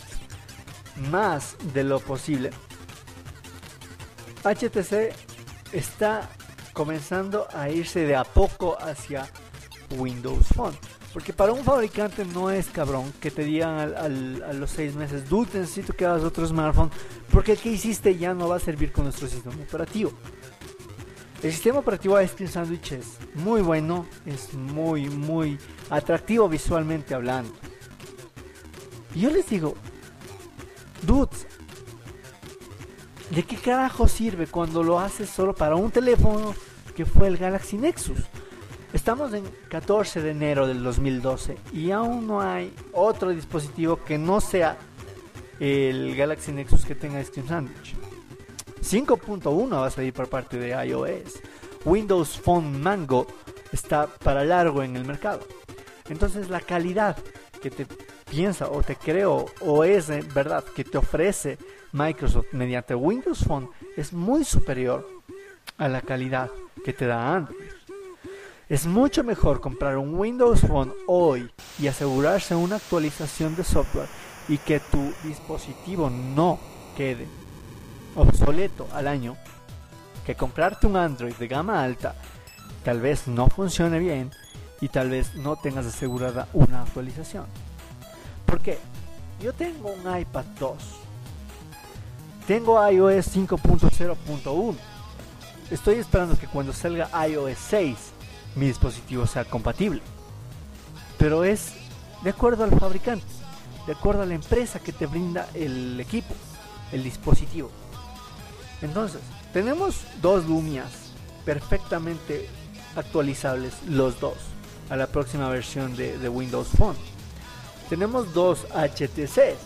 C: de lo posible. HTC está comenzando a irse de a poco hacia Windows Phone. Porque para un fabricante no es cabrón que te digan a los 6 meses, dude, necesito que hagas otro smartphone, porque el que hiciste ya no va a servir con nuestro sistema operativo. El sistema operativo Ice Cream Sandwich es muy bueno, es muy atractivo visualmente hablando. Y yo les digo, dudes, ¿de qué carajo sirve cuando lo haces solo para un teléfono que fue el Galaxy Nexus? Estamos en 14 de enero del 2012 y aún no hay otro dispositivo que no sea el Galaxy Nexus que tenga Ice Cream Sandwich. 5.1 va a salir por parte de iOS. Windows Phone Mango está para largo en el mercado. Entonces la calidad que te piensa o te creo o es verdad que te ofrece Microsoft mediante Windows Phone es muy superior a la calidad que te da Android. Es mucho mejor comprar un Windows Phone hoy y asegurarse una actualización de software y que tu dispositivo no quede obsoleto al año que comprarte un Android de gama alta, tal vez no funcione bien y tal vez no tengas asegurada una actualización. ¿Por qué? Yo tengo un iPad 2, tengo iOS 5.0.1, estoy esperando que cuando salga iOS 6 mi dispositivo sea compatible, pero es de acuerdo al fabricante, de acuerdo a la empresa que te brinda el equipo, el dispositivo. Entonces, tenemos dos Lumias perfectamente actualizables, los dos, a la próxima versión de Windows Phone. Tenemos dos HTC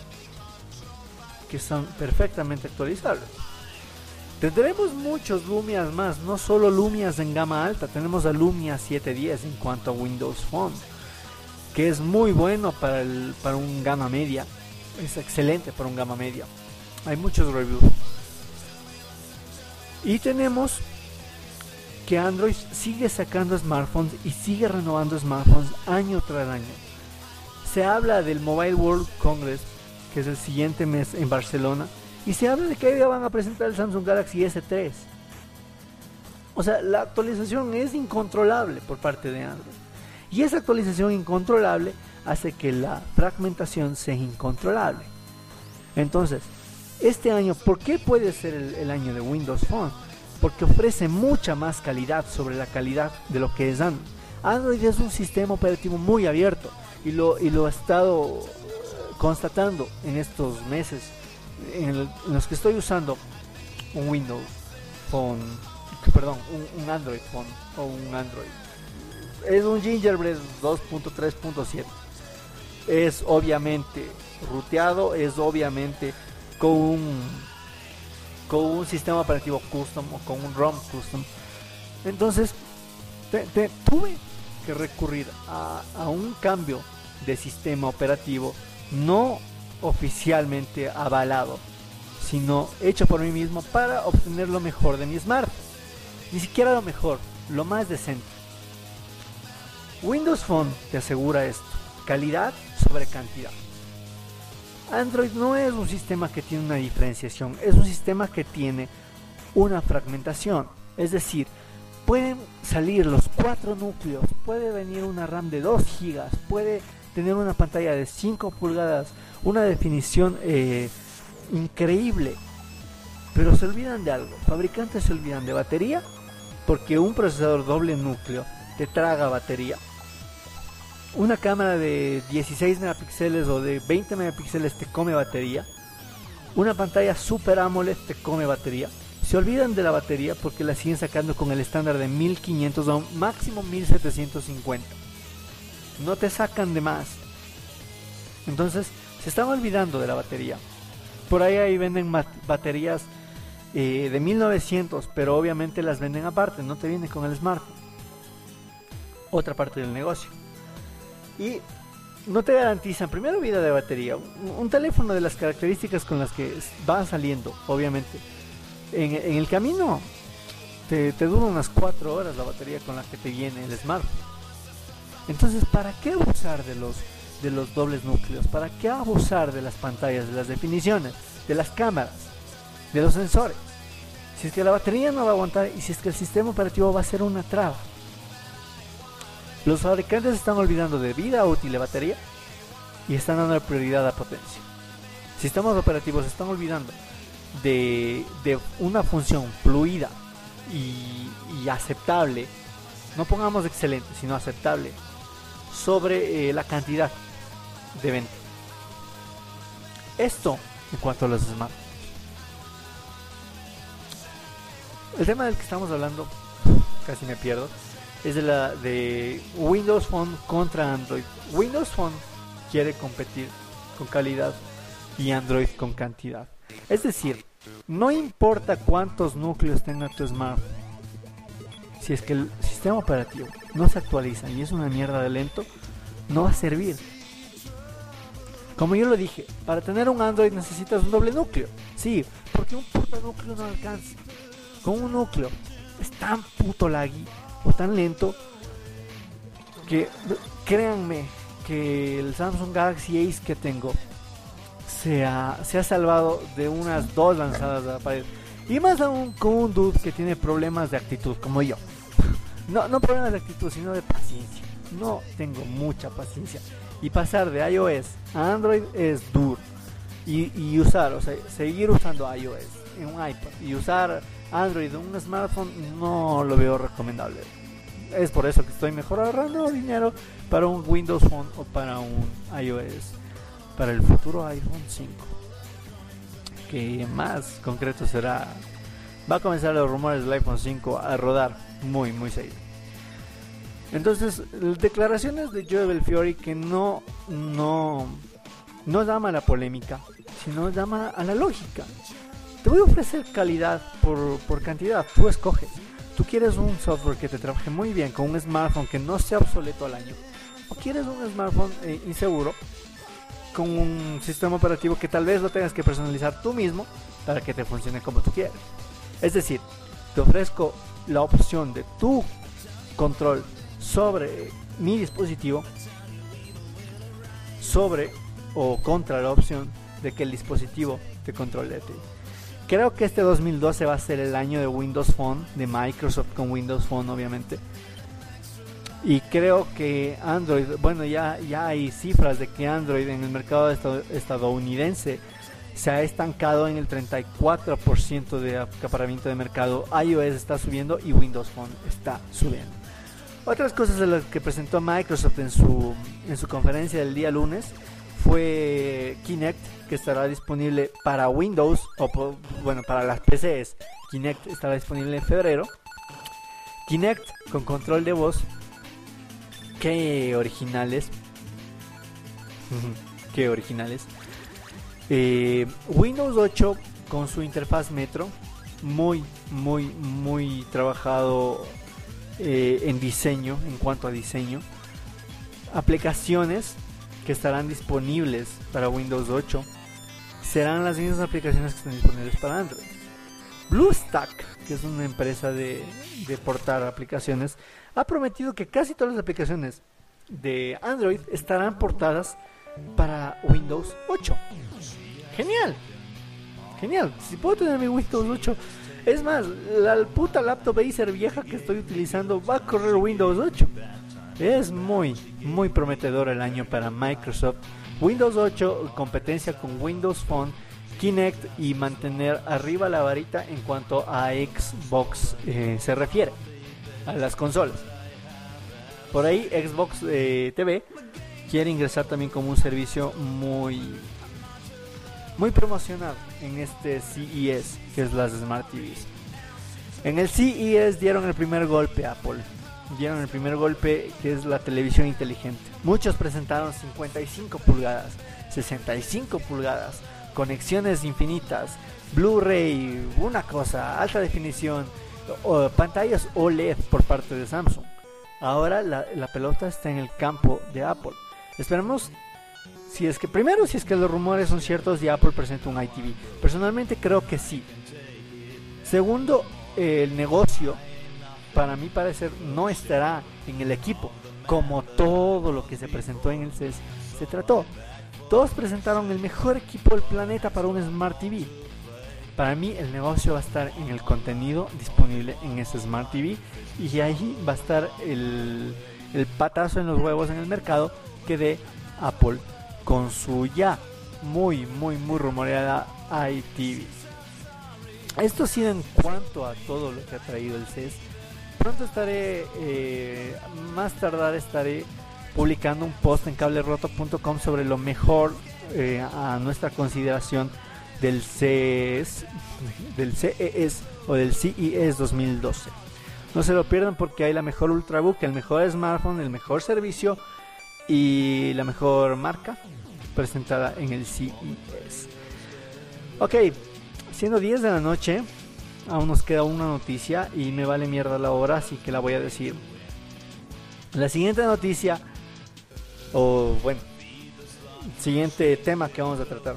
C: que son perfectamente actualizables. Tendremos muchos Lumias más, no solo Lumias en gama alta, tenemos a Lumia 710 en cuanto a Windows Phone, que es muy bueno para un gama media, es excelente para un gama media. Hay muchos reviews. Y tenemos que Android sigue sacando smartphones y sigue renovando smartphones año tras año. Se habla del Mobile World Congress, que es el siguiente mes en Barcelona, y se habla de que ya van a presentar el Samsung Galaxy S3. O sea, la actualización es incontrolable por parte de Android. Y esa actualización incontrolable hace que la fragmentación sea incontrolable. Entonces, este año, ¿por qué puede ser el año de Windows Phone? Porque ofrece mucha más calidad sobre la calidad de lo que es Android. Android es un sistema operativo muy abierto y lo he estado constatando en estos meses en los que estoy usando un Windows Phone, un Android Phone o un Android. Es un Gingerbread 2.3.7. Es obviamente ruteado, es obviamente con un sistema operativo custom o con un ROM custom. Entonces tuve que recurrir a un cambio de sistema operativo no oficialmente avalado, sino hecho por mí mismo para obtener lo mejor de mi smartphone. Ni siquiera lo mejor, lo más decente. Windows Phone te asegura esto: calidad sobre cantidad. Android no es un sistema que tiene una diferenciación, es un sistema que tiene una fragmentación. Es decir, pueden salir los 4 núcleos, puede venir una RAM de 2 GB, puede tener una pantalla de 5 pulgadas, una definición increíble, pero se olvidan de algo. Fabricantes se olvidan de batería, porque un procesador doble núcleo te traga batería. Una cámara de 16 megapíxeles o de 20 megapíxeles te come batería. Una pantalla Super AMOLED te come batería. Se olvidan de la batería porque la siguen sacando con el estándar de 1500 o máximo 1750. No te sacan de más. Entonces se están olvidando de la batería. Por ahí venden baterías de 1900, pero obviamente las venden aparte, no te vienen con el smartphone. Otra parte del negocio. Y no te garantizan, primero, vida de batería. Un teléfono de las características con las que van saliendo, obviamente, en el camino te dura unas 4 horas la batería con la que te viene el smartphone. Entonces, ¿para qué abusar de los dobles núcleos? ¿Para qué abusar de las pantallas, de las definiciones, de las cámaras, de los sensores? si es que la batería no va a aguantar y si es que el sistema operativo va a ser una traba. Los fabricantes están olvidando de vida útil de batería y están dando prioridad a potencia. Sistemas operativos están olvidando de una función fluida y aceptable, no pongamos excelente, sino aceptable, sobre la cantidad de venta. Esto en cuanto a los smartphones. El tema del que estamos hablando, casi me pierdo, es de Windows Phone contra Android. Windows Phone quiere competir con calidad y Android con cantidad. Es decir, no importa cuántos núcleos tenga tu smartphone, si es que el sistema operativo no se actualiza y es una mierda de lento, no va a servir. Como yo lo dije, para tener un Android necesitas un doble núcleo. Sí, porque un puto núcleo no alcanza. Con un núcleo es tan puto laggy o tan lento que créanme que el Samsung Galaxy Ace que tengo se ha salvado de unas 2 lanzadas de la pared. Y más aún con un dude que tiene problemas de actitud como yo. No problemas de actitud, sino de paciencia. No tengo mucha paciencia. Y pasar de iOS a Android es duro. Y usar, o sea, seguir usando iOS en un iPad y usar Android en un smartphone no lo veo recomendable. Es por eso que estoy mejor ahorrando dinero para un Windows Phone o para un iOS, para el futuro iPhone 5, que más concreto será. Va a comenzar los rumores del iPhone 5 a rodar muy seguido. Entonces, declaraciones de Joe Belfiore que no llama a la polémica, sino llama a la lógica. Te voy a ofrecer calidad por cantidad, tú escoges. Tú quieres un software que te trabaje muy bien con un smartphone que no sea obsoleto al año, o quieres un smartphone inseguro con un sistema operativo que tal vez lo tengas que personalizar tú mismo para que te funcione como tú quieres. Es decir, te ofrezco la opción de tu control sobre mi dispositivo, sobre o contra la opción de que el dispositivo te controle a ti. Creo que este 2012 va a ser el año de Windows Phone, de Microsoft con Windows Phone obviamente. Y creo que Android, bueno, ya hay cifras de que Android en el mercado estadounidense se ha estancado en el 34% de acaparamiento de mercado. iOS está subiendo y Windows Phone está subiendo. Otras cosas de las que presentó Microsoft en su conferencia del día lunes fue Kinect, que estará disponible para Windows para las PCs. Kinect estará disponible en febrero. Kinect con control de voz. Qué originales. Qué originales. Windows 8 con su interfaz Metro, muy trabajado en diseño, en cuanto a diseño. Aplicaciones que estarán disponibles para Windows 8 serán las mismas aplicaciones que están disponibles para Android. BlueStack, que es una empresa de portar aplicaciones, ha prometido que casi todas las aplicaciones de Android estarán portadas para Windows 8. Genial. Si puedo tener mi Windows 8, es más, la puta laptop Acer vieja que estoy utilizando va a correr Windows 8. Es muy prometedor el año para Microsoft. Windows 8, competencia con Windows Phone, Kinect y mantener arriba la varita en cuanto a Xbox se refiere, a las consolas. Por ahí Xbox TV quiere ingresar también como un servicio muy promocionado en este CES, que es las Smart TVs. En el CES dieron el primer golpe a Apple. Dieron el primer golpe, que es la televisión inteligente. Muchos presentaron 55 pulgadas, 65 pulgadas, conexiones infinitas, Blu-ray, una cosa, alta definición, pantallas OLED por parte de Samsung. Ahora la pelota está en el campo de Apple. Esperemos si es que los rumores son ciertos y Apple presenta un iTV. Personalmente creo que sí. Segundo, el negocio, para mi parecer, no estará en el equipo, como todo lo que se presentó en el CES se trató. Todos presentaron el mejor equipo del planeta para un Smart TV. Para mí el negocio va a estar en el contenido disponible en ese Smart TV, y ahí va a estar el patazo en los huevos en el mercado que dé Apple con su ya muy rumoreada iTV. Esto sí, en cuanto a todo lo que ha traído el CES. Pronto estaré, más tardar estaré publicando un post en cableroto.com sobre lo mejor a nuestra consideración del CES o del CES 2012. No se lo pierdan, porque hay la mejor Ultrabook, el mejor smartphone, el mejor servicio y la mejor marca presentada en el CES. Ok, siendo 10 de la noche, aún nos queda una noticia y me vale mierda la hora, así que la voy a decir. La siguiente noticia, o bueno, siguiente tema que vamos a tratar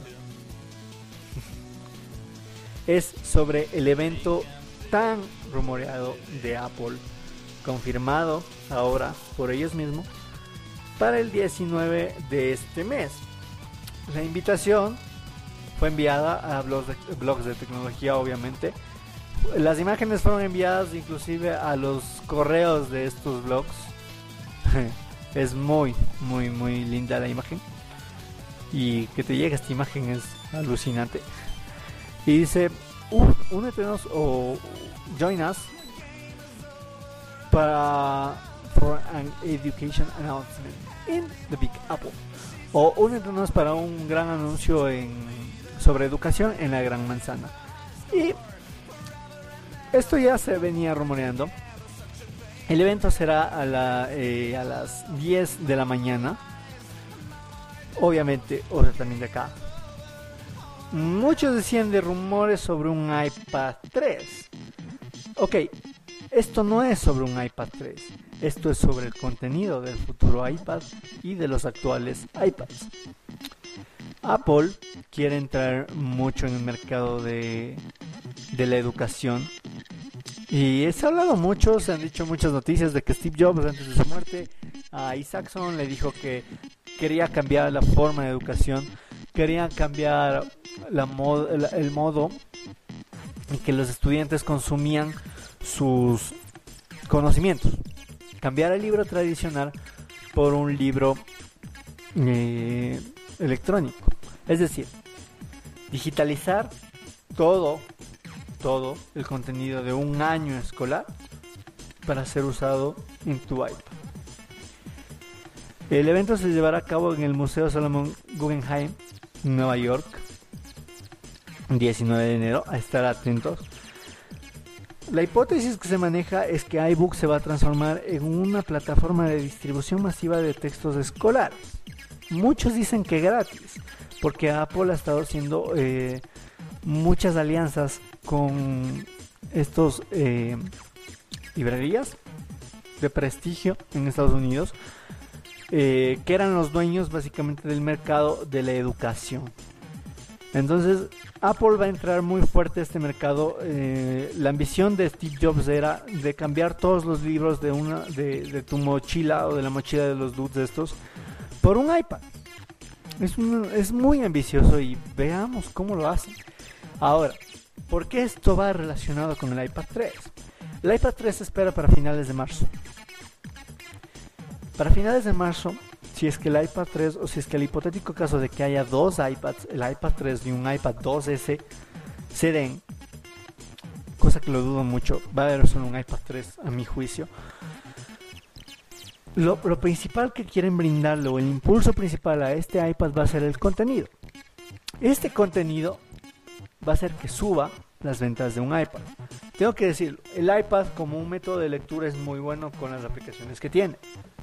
C: es sobre el evento tan rumoreado de Apple, confirmado ahora por ellos mismos para el 19 de este mes. La invitación fue enviada a blogs de tecnología, obviamente. Las imágenes fueron enviadas inclusive a los correos de estos blogs. Es muy linda la imagen, y que te llegue esta imagen es alucinante. Y dice: únetenos o join us for an education announcement in the Big Apple, o únetenos para un gran anuncio sobre educación en la Gran Manzana. Y esto ya se venía rumoreando. El evento será a las 10 de la mañana, obviamente hora también de acá. Muchos decían de rumores sobre un iPad 3. Ok, esto no es sobre un iPad 3. Esto es sobre el contenido del futuro iPad y de los actuales iPads. Apple quiere entrar mucho en el mercado de la educación. Y se ha hablado mucho, se han dicho muchas noticias de que Steve Jobs, antes de su muerte, a Isaacson le dijo que quería cambiar la forma de educación, querían cambiar el modo en que los estudiantes consumían sus conocimientos, cambiar el libro tradicional por un libro electrónico, es decir, digitalizar todo el contenido de un año escolar para ser usado en tu iPad. El evento se llevará a cabo en el Museo Solomon Guggenheim, Nueva York, 19 de enero, a estar atentos. La hipótesis que se maneja es que iBook se va a transformar en una plataforma de distribución masiva de textos escolares. Muchos dicen que gratis, porque Apple ha estado haciendo muchas alianzas con estos librerías de prestigio en Estados Unidos, que eran los dueños básicamente del mercado de la educación. Entonces Apple va a entrar muy fuerte a este mercado. La ambición de Steve Jobs era de cambiar todos los libros de tu mochila o de la mochila de los dudes estos por un iPad. Es muy ambicioso y veamos cómo lo hacen. Ahora, ¿por qué esto va relacionado con el iPad 3? El iPad 3 se espera para finales de marzo. Para finales de marzo, si es que el iPad 3, o si es que el hipotético caso de que haya dos iPads, el iPad 3 y un iPad 2S, se den, cosa que lo dudo mucho, va a haber solo un iPad 3 a mi juicio. Lo principal que quieren brindarle, o el impulso principal a este iPad, va a ser el contenido. Este contenido va a hacer que suba las ventas de un iPad. Tengo que decir, el iPad como un método de lectura es muy bueno con las aplicaciones que tiene.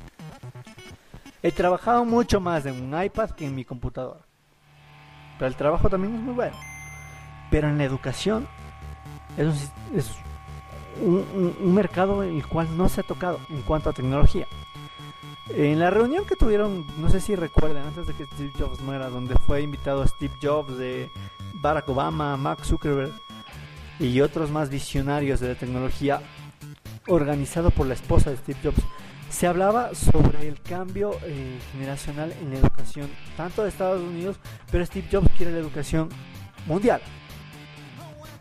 C: He trabajado mucho más en un iPad que en mi computadora, pero el trabajo también es muy bueno. Pero en la educación es un mercado en el cual no se ha tocado en cuanto a tecnología. En la reunión que tuvieron, no sé si recuerdan, antes de que Steve Jobs muera, donde fue invitado Steve Jobs, de Barack Obama, Mark Zuckerberg y otros más visionarios de la tecnología, organizado por la esposa de Steve Jobs, se hablaba sobre el cambio generacional en la educación, tanto de Estados Unidos, pero Steve Jobs quiere la educación mundial.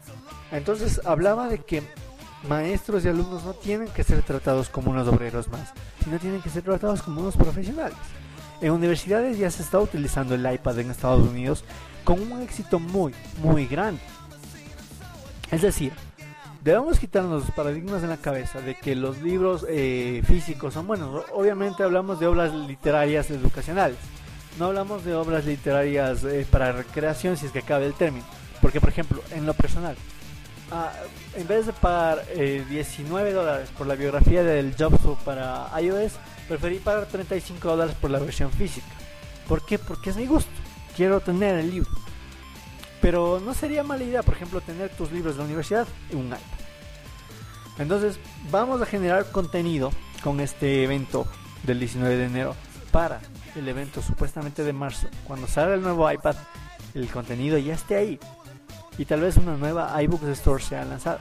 C: Entonces hablaba de que maestros y alumnos no tienen que ser tratados como unos obreros más, sino tienen que ser tratados como unos profesionales. En universidades ya se está utilizando el iPad en Estados Unidos con un éxito muy, muy grande. Es decir, debemos quitarnos los paradigmas en la cabeza de que los libros físicos son buenos. Obviamente hablamos de obras literarias educacionales, no hablamos de obras literarias para recreación, si es que cabe el término. Porque, por ejemplo, en lo personal, en vez de pagar $19 por la biografía del Jobs para iOS, preferí pagar $35 por la versión física. ¿Por qué? Porque es mi gusto, quiero tener el libro. Pero no sería mala idea, por ejemplo, tener tus libros de la universidad en un iPad. Entonces vamos a generar contenido con este evento del 19 de enero para el evento supuestamente de marzo. Cuando salga el nuevo iPad, el contenido ya esté ahí y tal vez una nueva iBooks Store sea lanzada.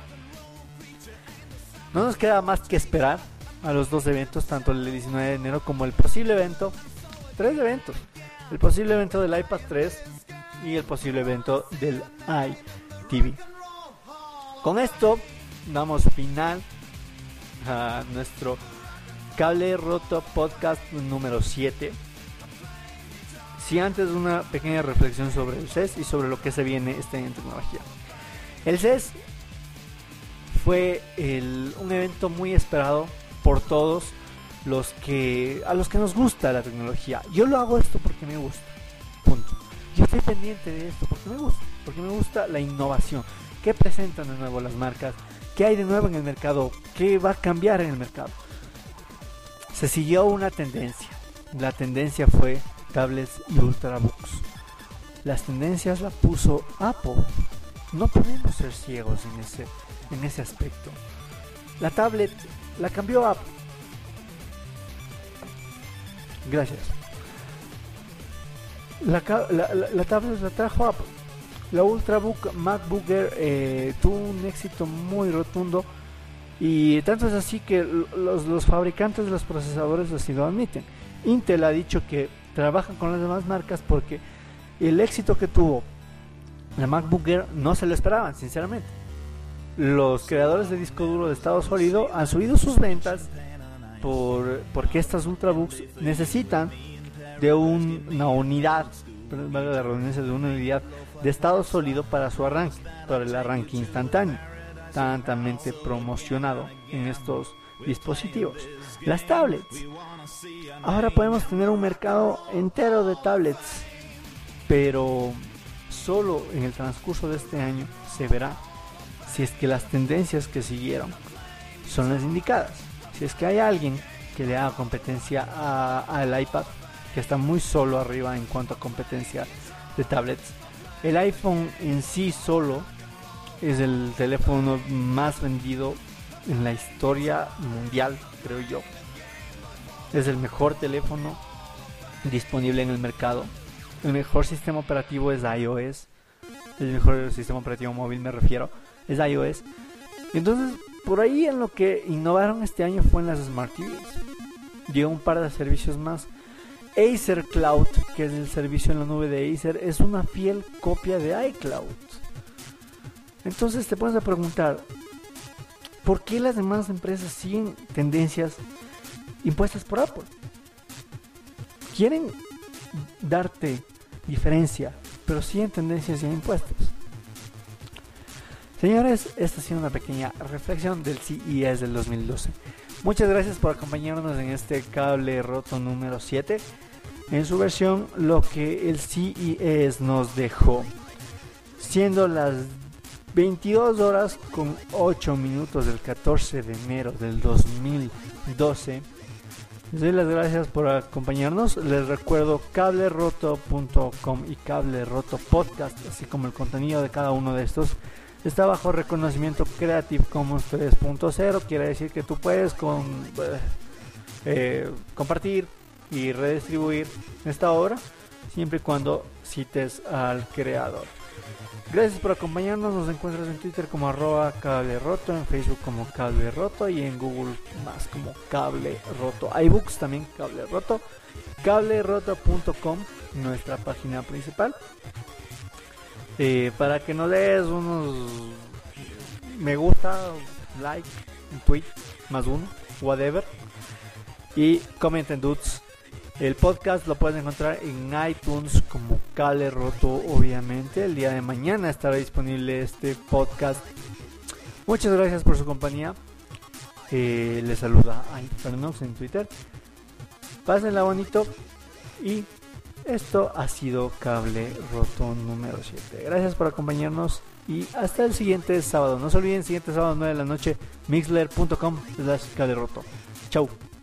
C: No nos queda más que esperar a los dos eventos, tanto el 19 de enero como el posible evento, 3 eventos, el posible evento del iPad 3 y el posible evento del iTV. Con esto damos final a nuestro Cable Roto Podcast número 7. Si antes una pequeña reflexión sobre el CES y sobre lo que se viene este año en tecnología. El CES fue un evento muy esperado por todos a los que nos gusta la tecnología. Yo lo hago esto porque me gusta. Punto. Yo estoy pendiente de esto porque me gusta la innovación. ¿Qué presentan de nuevo las marcas? ¿Qué hay de nuevo en el mercado? ¿Qué va a cambiar en el mercado? Se siguió una tendencia. La tendencia fue tablets y ultrabooks. Las tendencias las puso Apple. No podemos ser ciegos en ese aspecto. La tablet la cambió Apple. Gracias. La tablet la trajo Apple. La Ultrabook MacBook Air tuvo un éxito muy rotundo y tanto es así que los fabricantes de los procesadores así lo admiten. Intel ha dicho que trabajan con las demás marcas porque el éxito que tuvo la MacBook Air no se lo esperaban, sinceramente. Los creadores de disco duro de estado sólido han subido sus ventas porque estas Ultrabooks necesitan de una unidad, valga la redundancia, de una unidad de estado sólido para su arranque, para el arranque instantáneo, tanamente promocionado en estos dispositivos. Las tablets. Ahora podemos tener un mercado entero de tablets, pero solo en el transcurso de este año se verá si es que las tendencias que siguieron son las indicadas. Si es que hay alguien que le haga competencia al iPad, que está muy solo arriba en cuanto a competencia de tablets. El iPhone en sí solo es el teléfono más vendido en la historia mundial, creo yo. Es el mejor teléfono disponible en el mercado. El mejor sistema operativo es iOS. El mejor sistema operativo móvil, me refiero, es iOS. Entonces, por ahí en lo que innovaron este año fue en las Smart TVs. Llegó un par de servicios más. Acer Cloud, que es el servicio en la nube de Acer, es una fiel copia de iCloud. Entonces te pones a preguntar, ¿por qué las demás empresas siguen tendencias impuestas por Apple? Quieren darte diferencia, pero siguen tendencias ya impuestas. Señores, esta ha sido una pequeña reflexión del CES del 2012. Muchas gracias por acompañarnos en este cable roto número 7. En su versión, lo que el CES nos dejó. Siendo las 22 horas con 8 minutos del 14 de enero del 2012. Les doy las gracias por acompañarnos. Les recuerdo cableroto.com y Cable Roto Podcast, así como el contenido de cada uno de estos está bajo reconocimiento Creative Commons 3.0. Quiere decir que tú puedes compartir y redistribuir esta obra siempre y cuando cites al creador. Gracias por acompañarnos. Nos encuentras en Twitter como @cableroto, en Facebook como Cable Roto y en Google más como Cable Roto. iBooks también Cable Roto. Cableroto.com, nuestra página principal. Para que nos des me gusta, like, un tweet, más uno, whatever. Y comenten, dudes. El podcast lo pueden encontrar en iTunes como Cable Roto, obviamente. El día de mañana estará disponible este podcast. Muchas gracias por su compañía. Les saluda Infernox en Twitter. Pásenla bonito. Y esto ha sido Cable Roto número 7. Gracias por acompañarnos. Y hasta el siguiente sábado. No se olviden, siguiente sábado 9 de la noche, mixler.com/Cable Roto. Chau.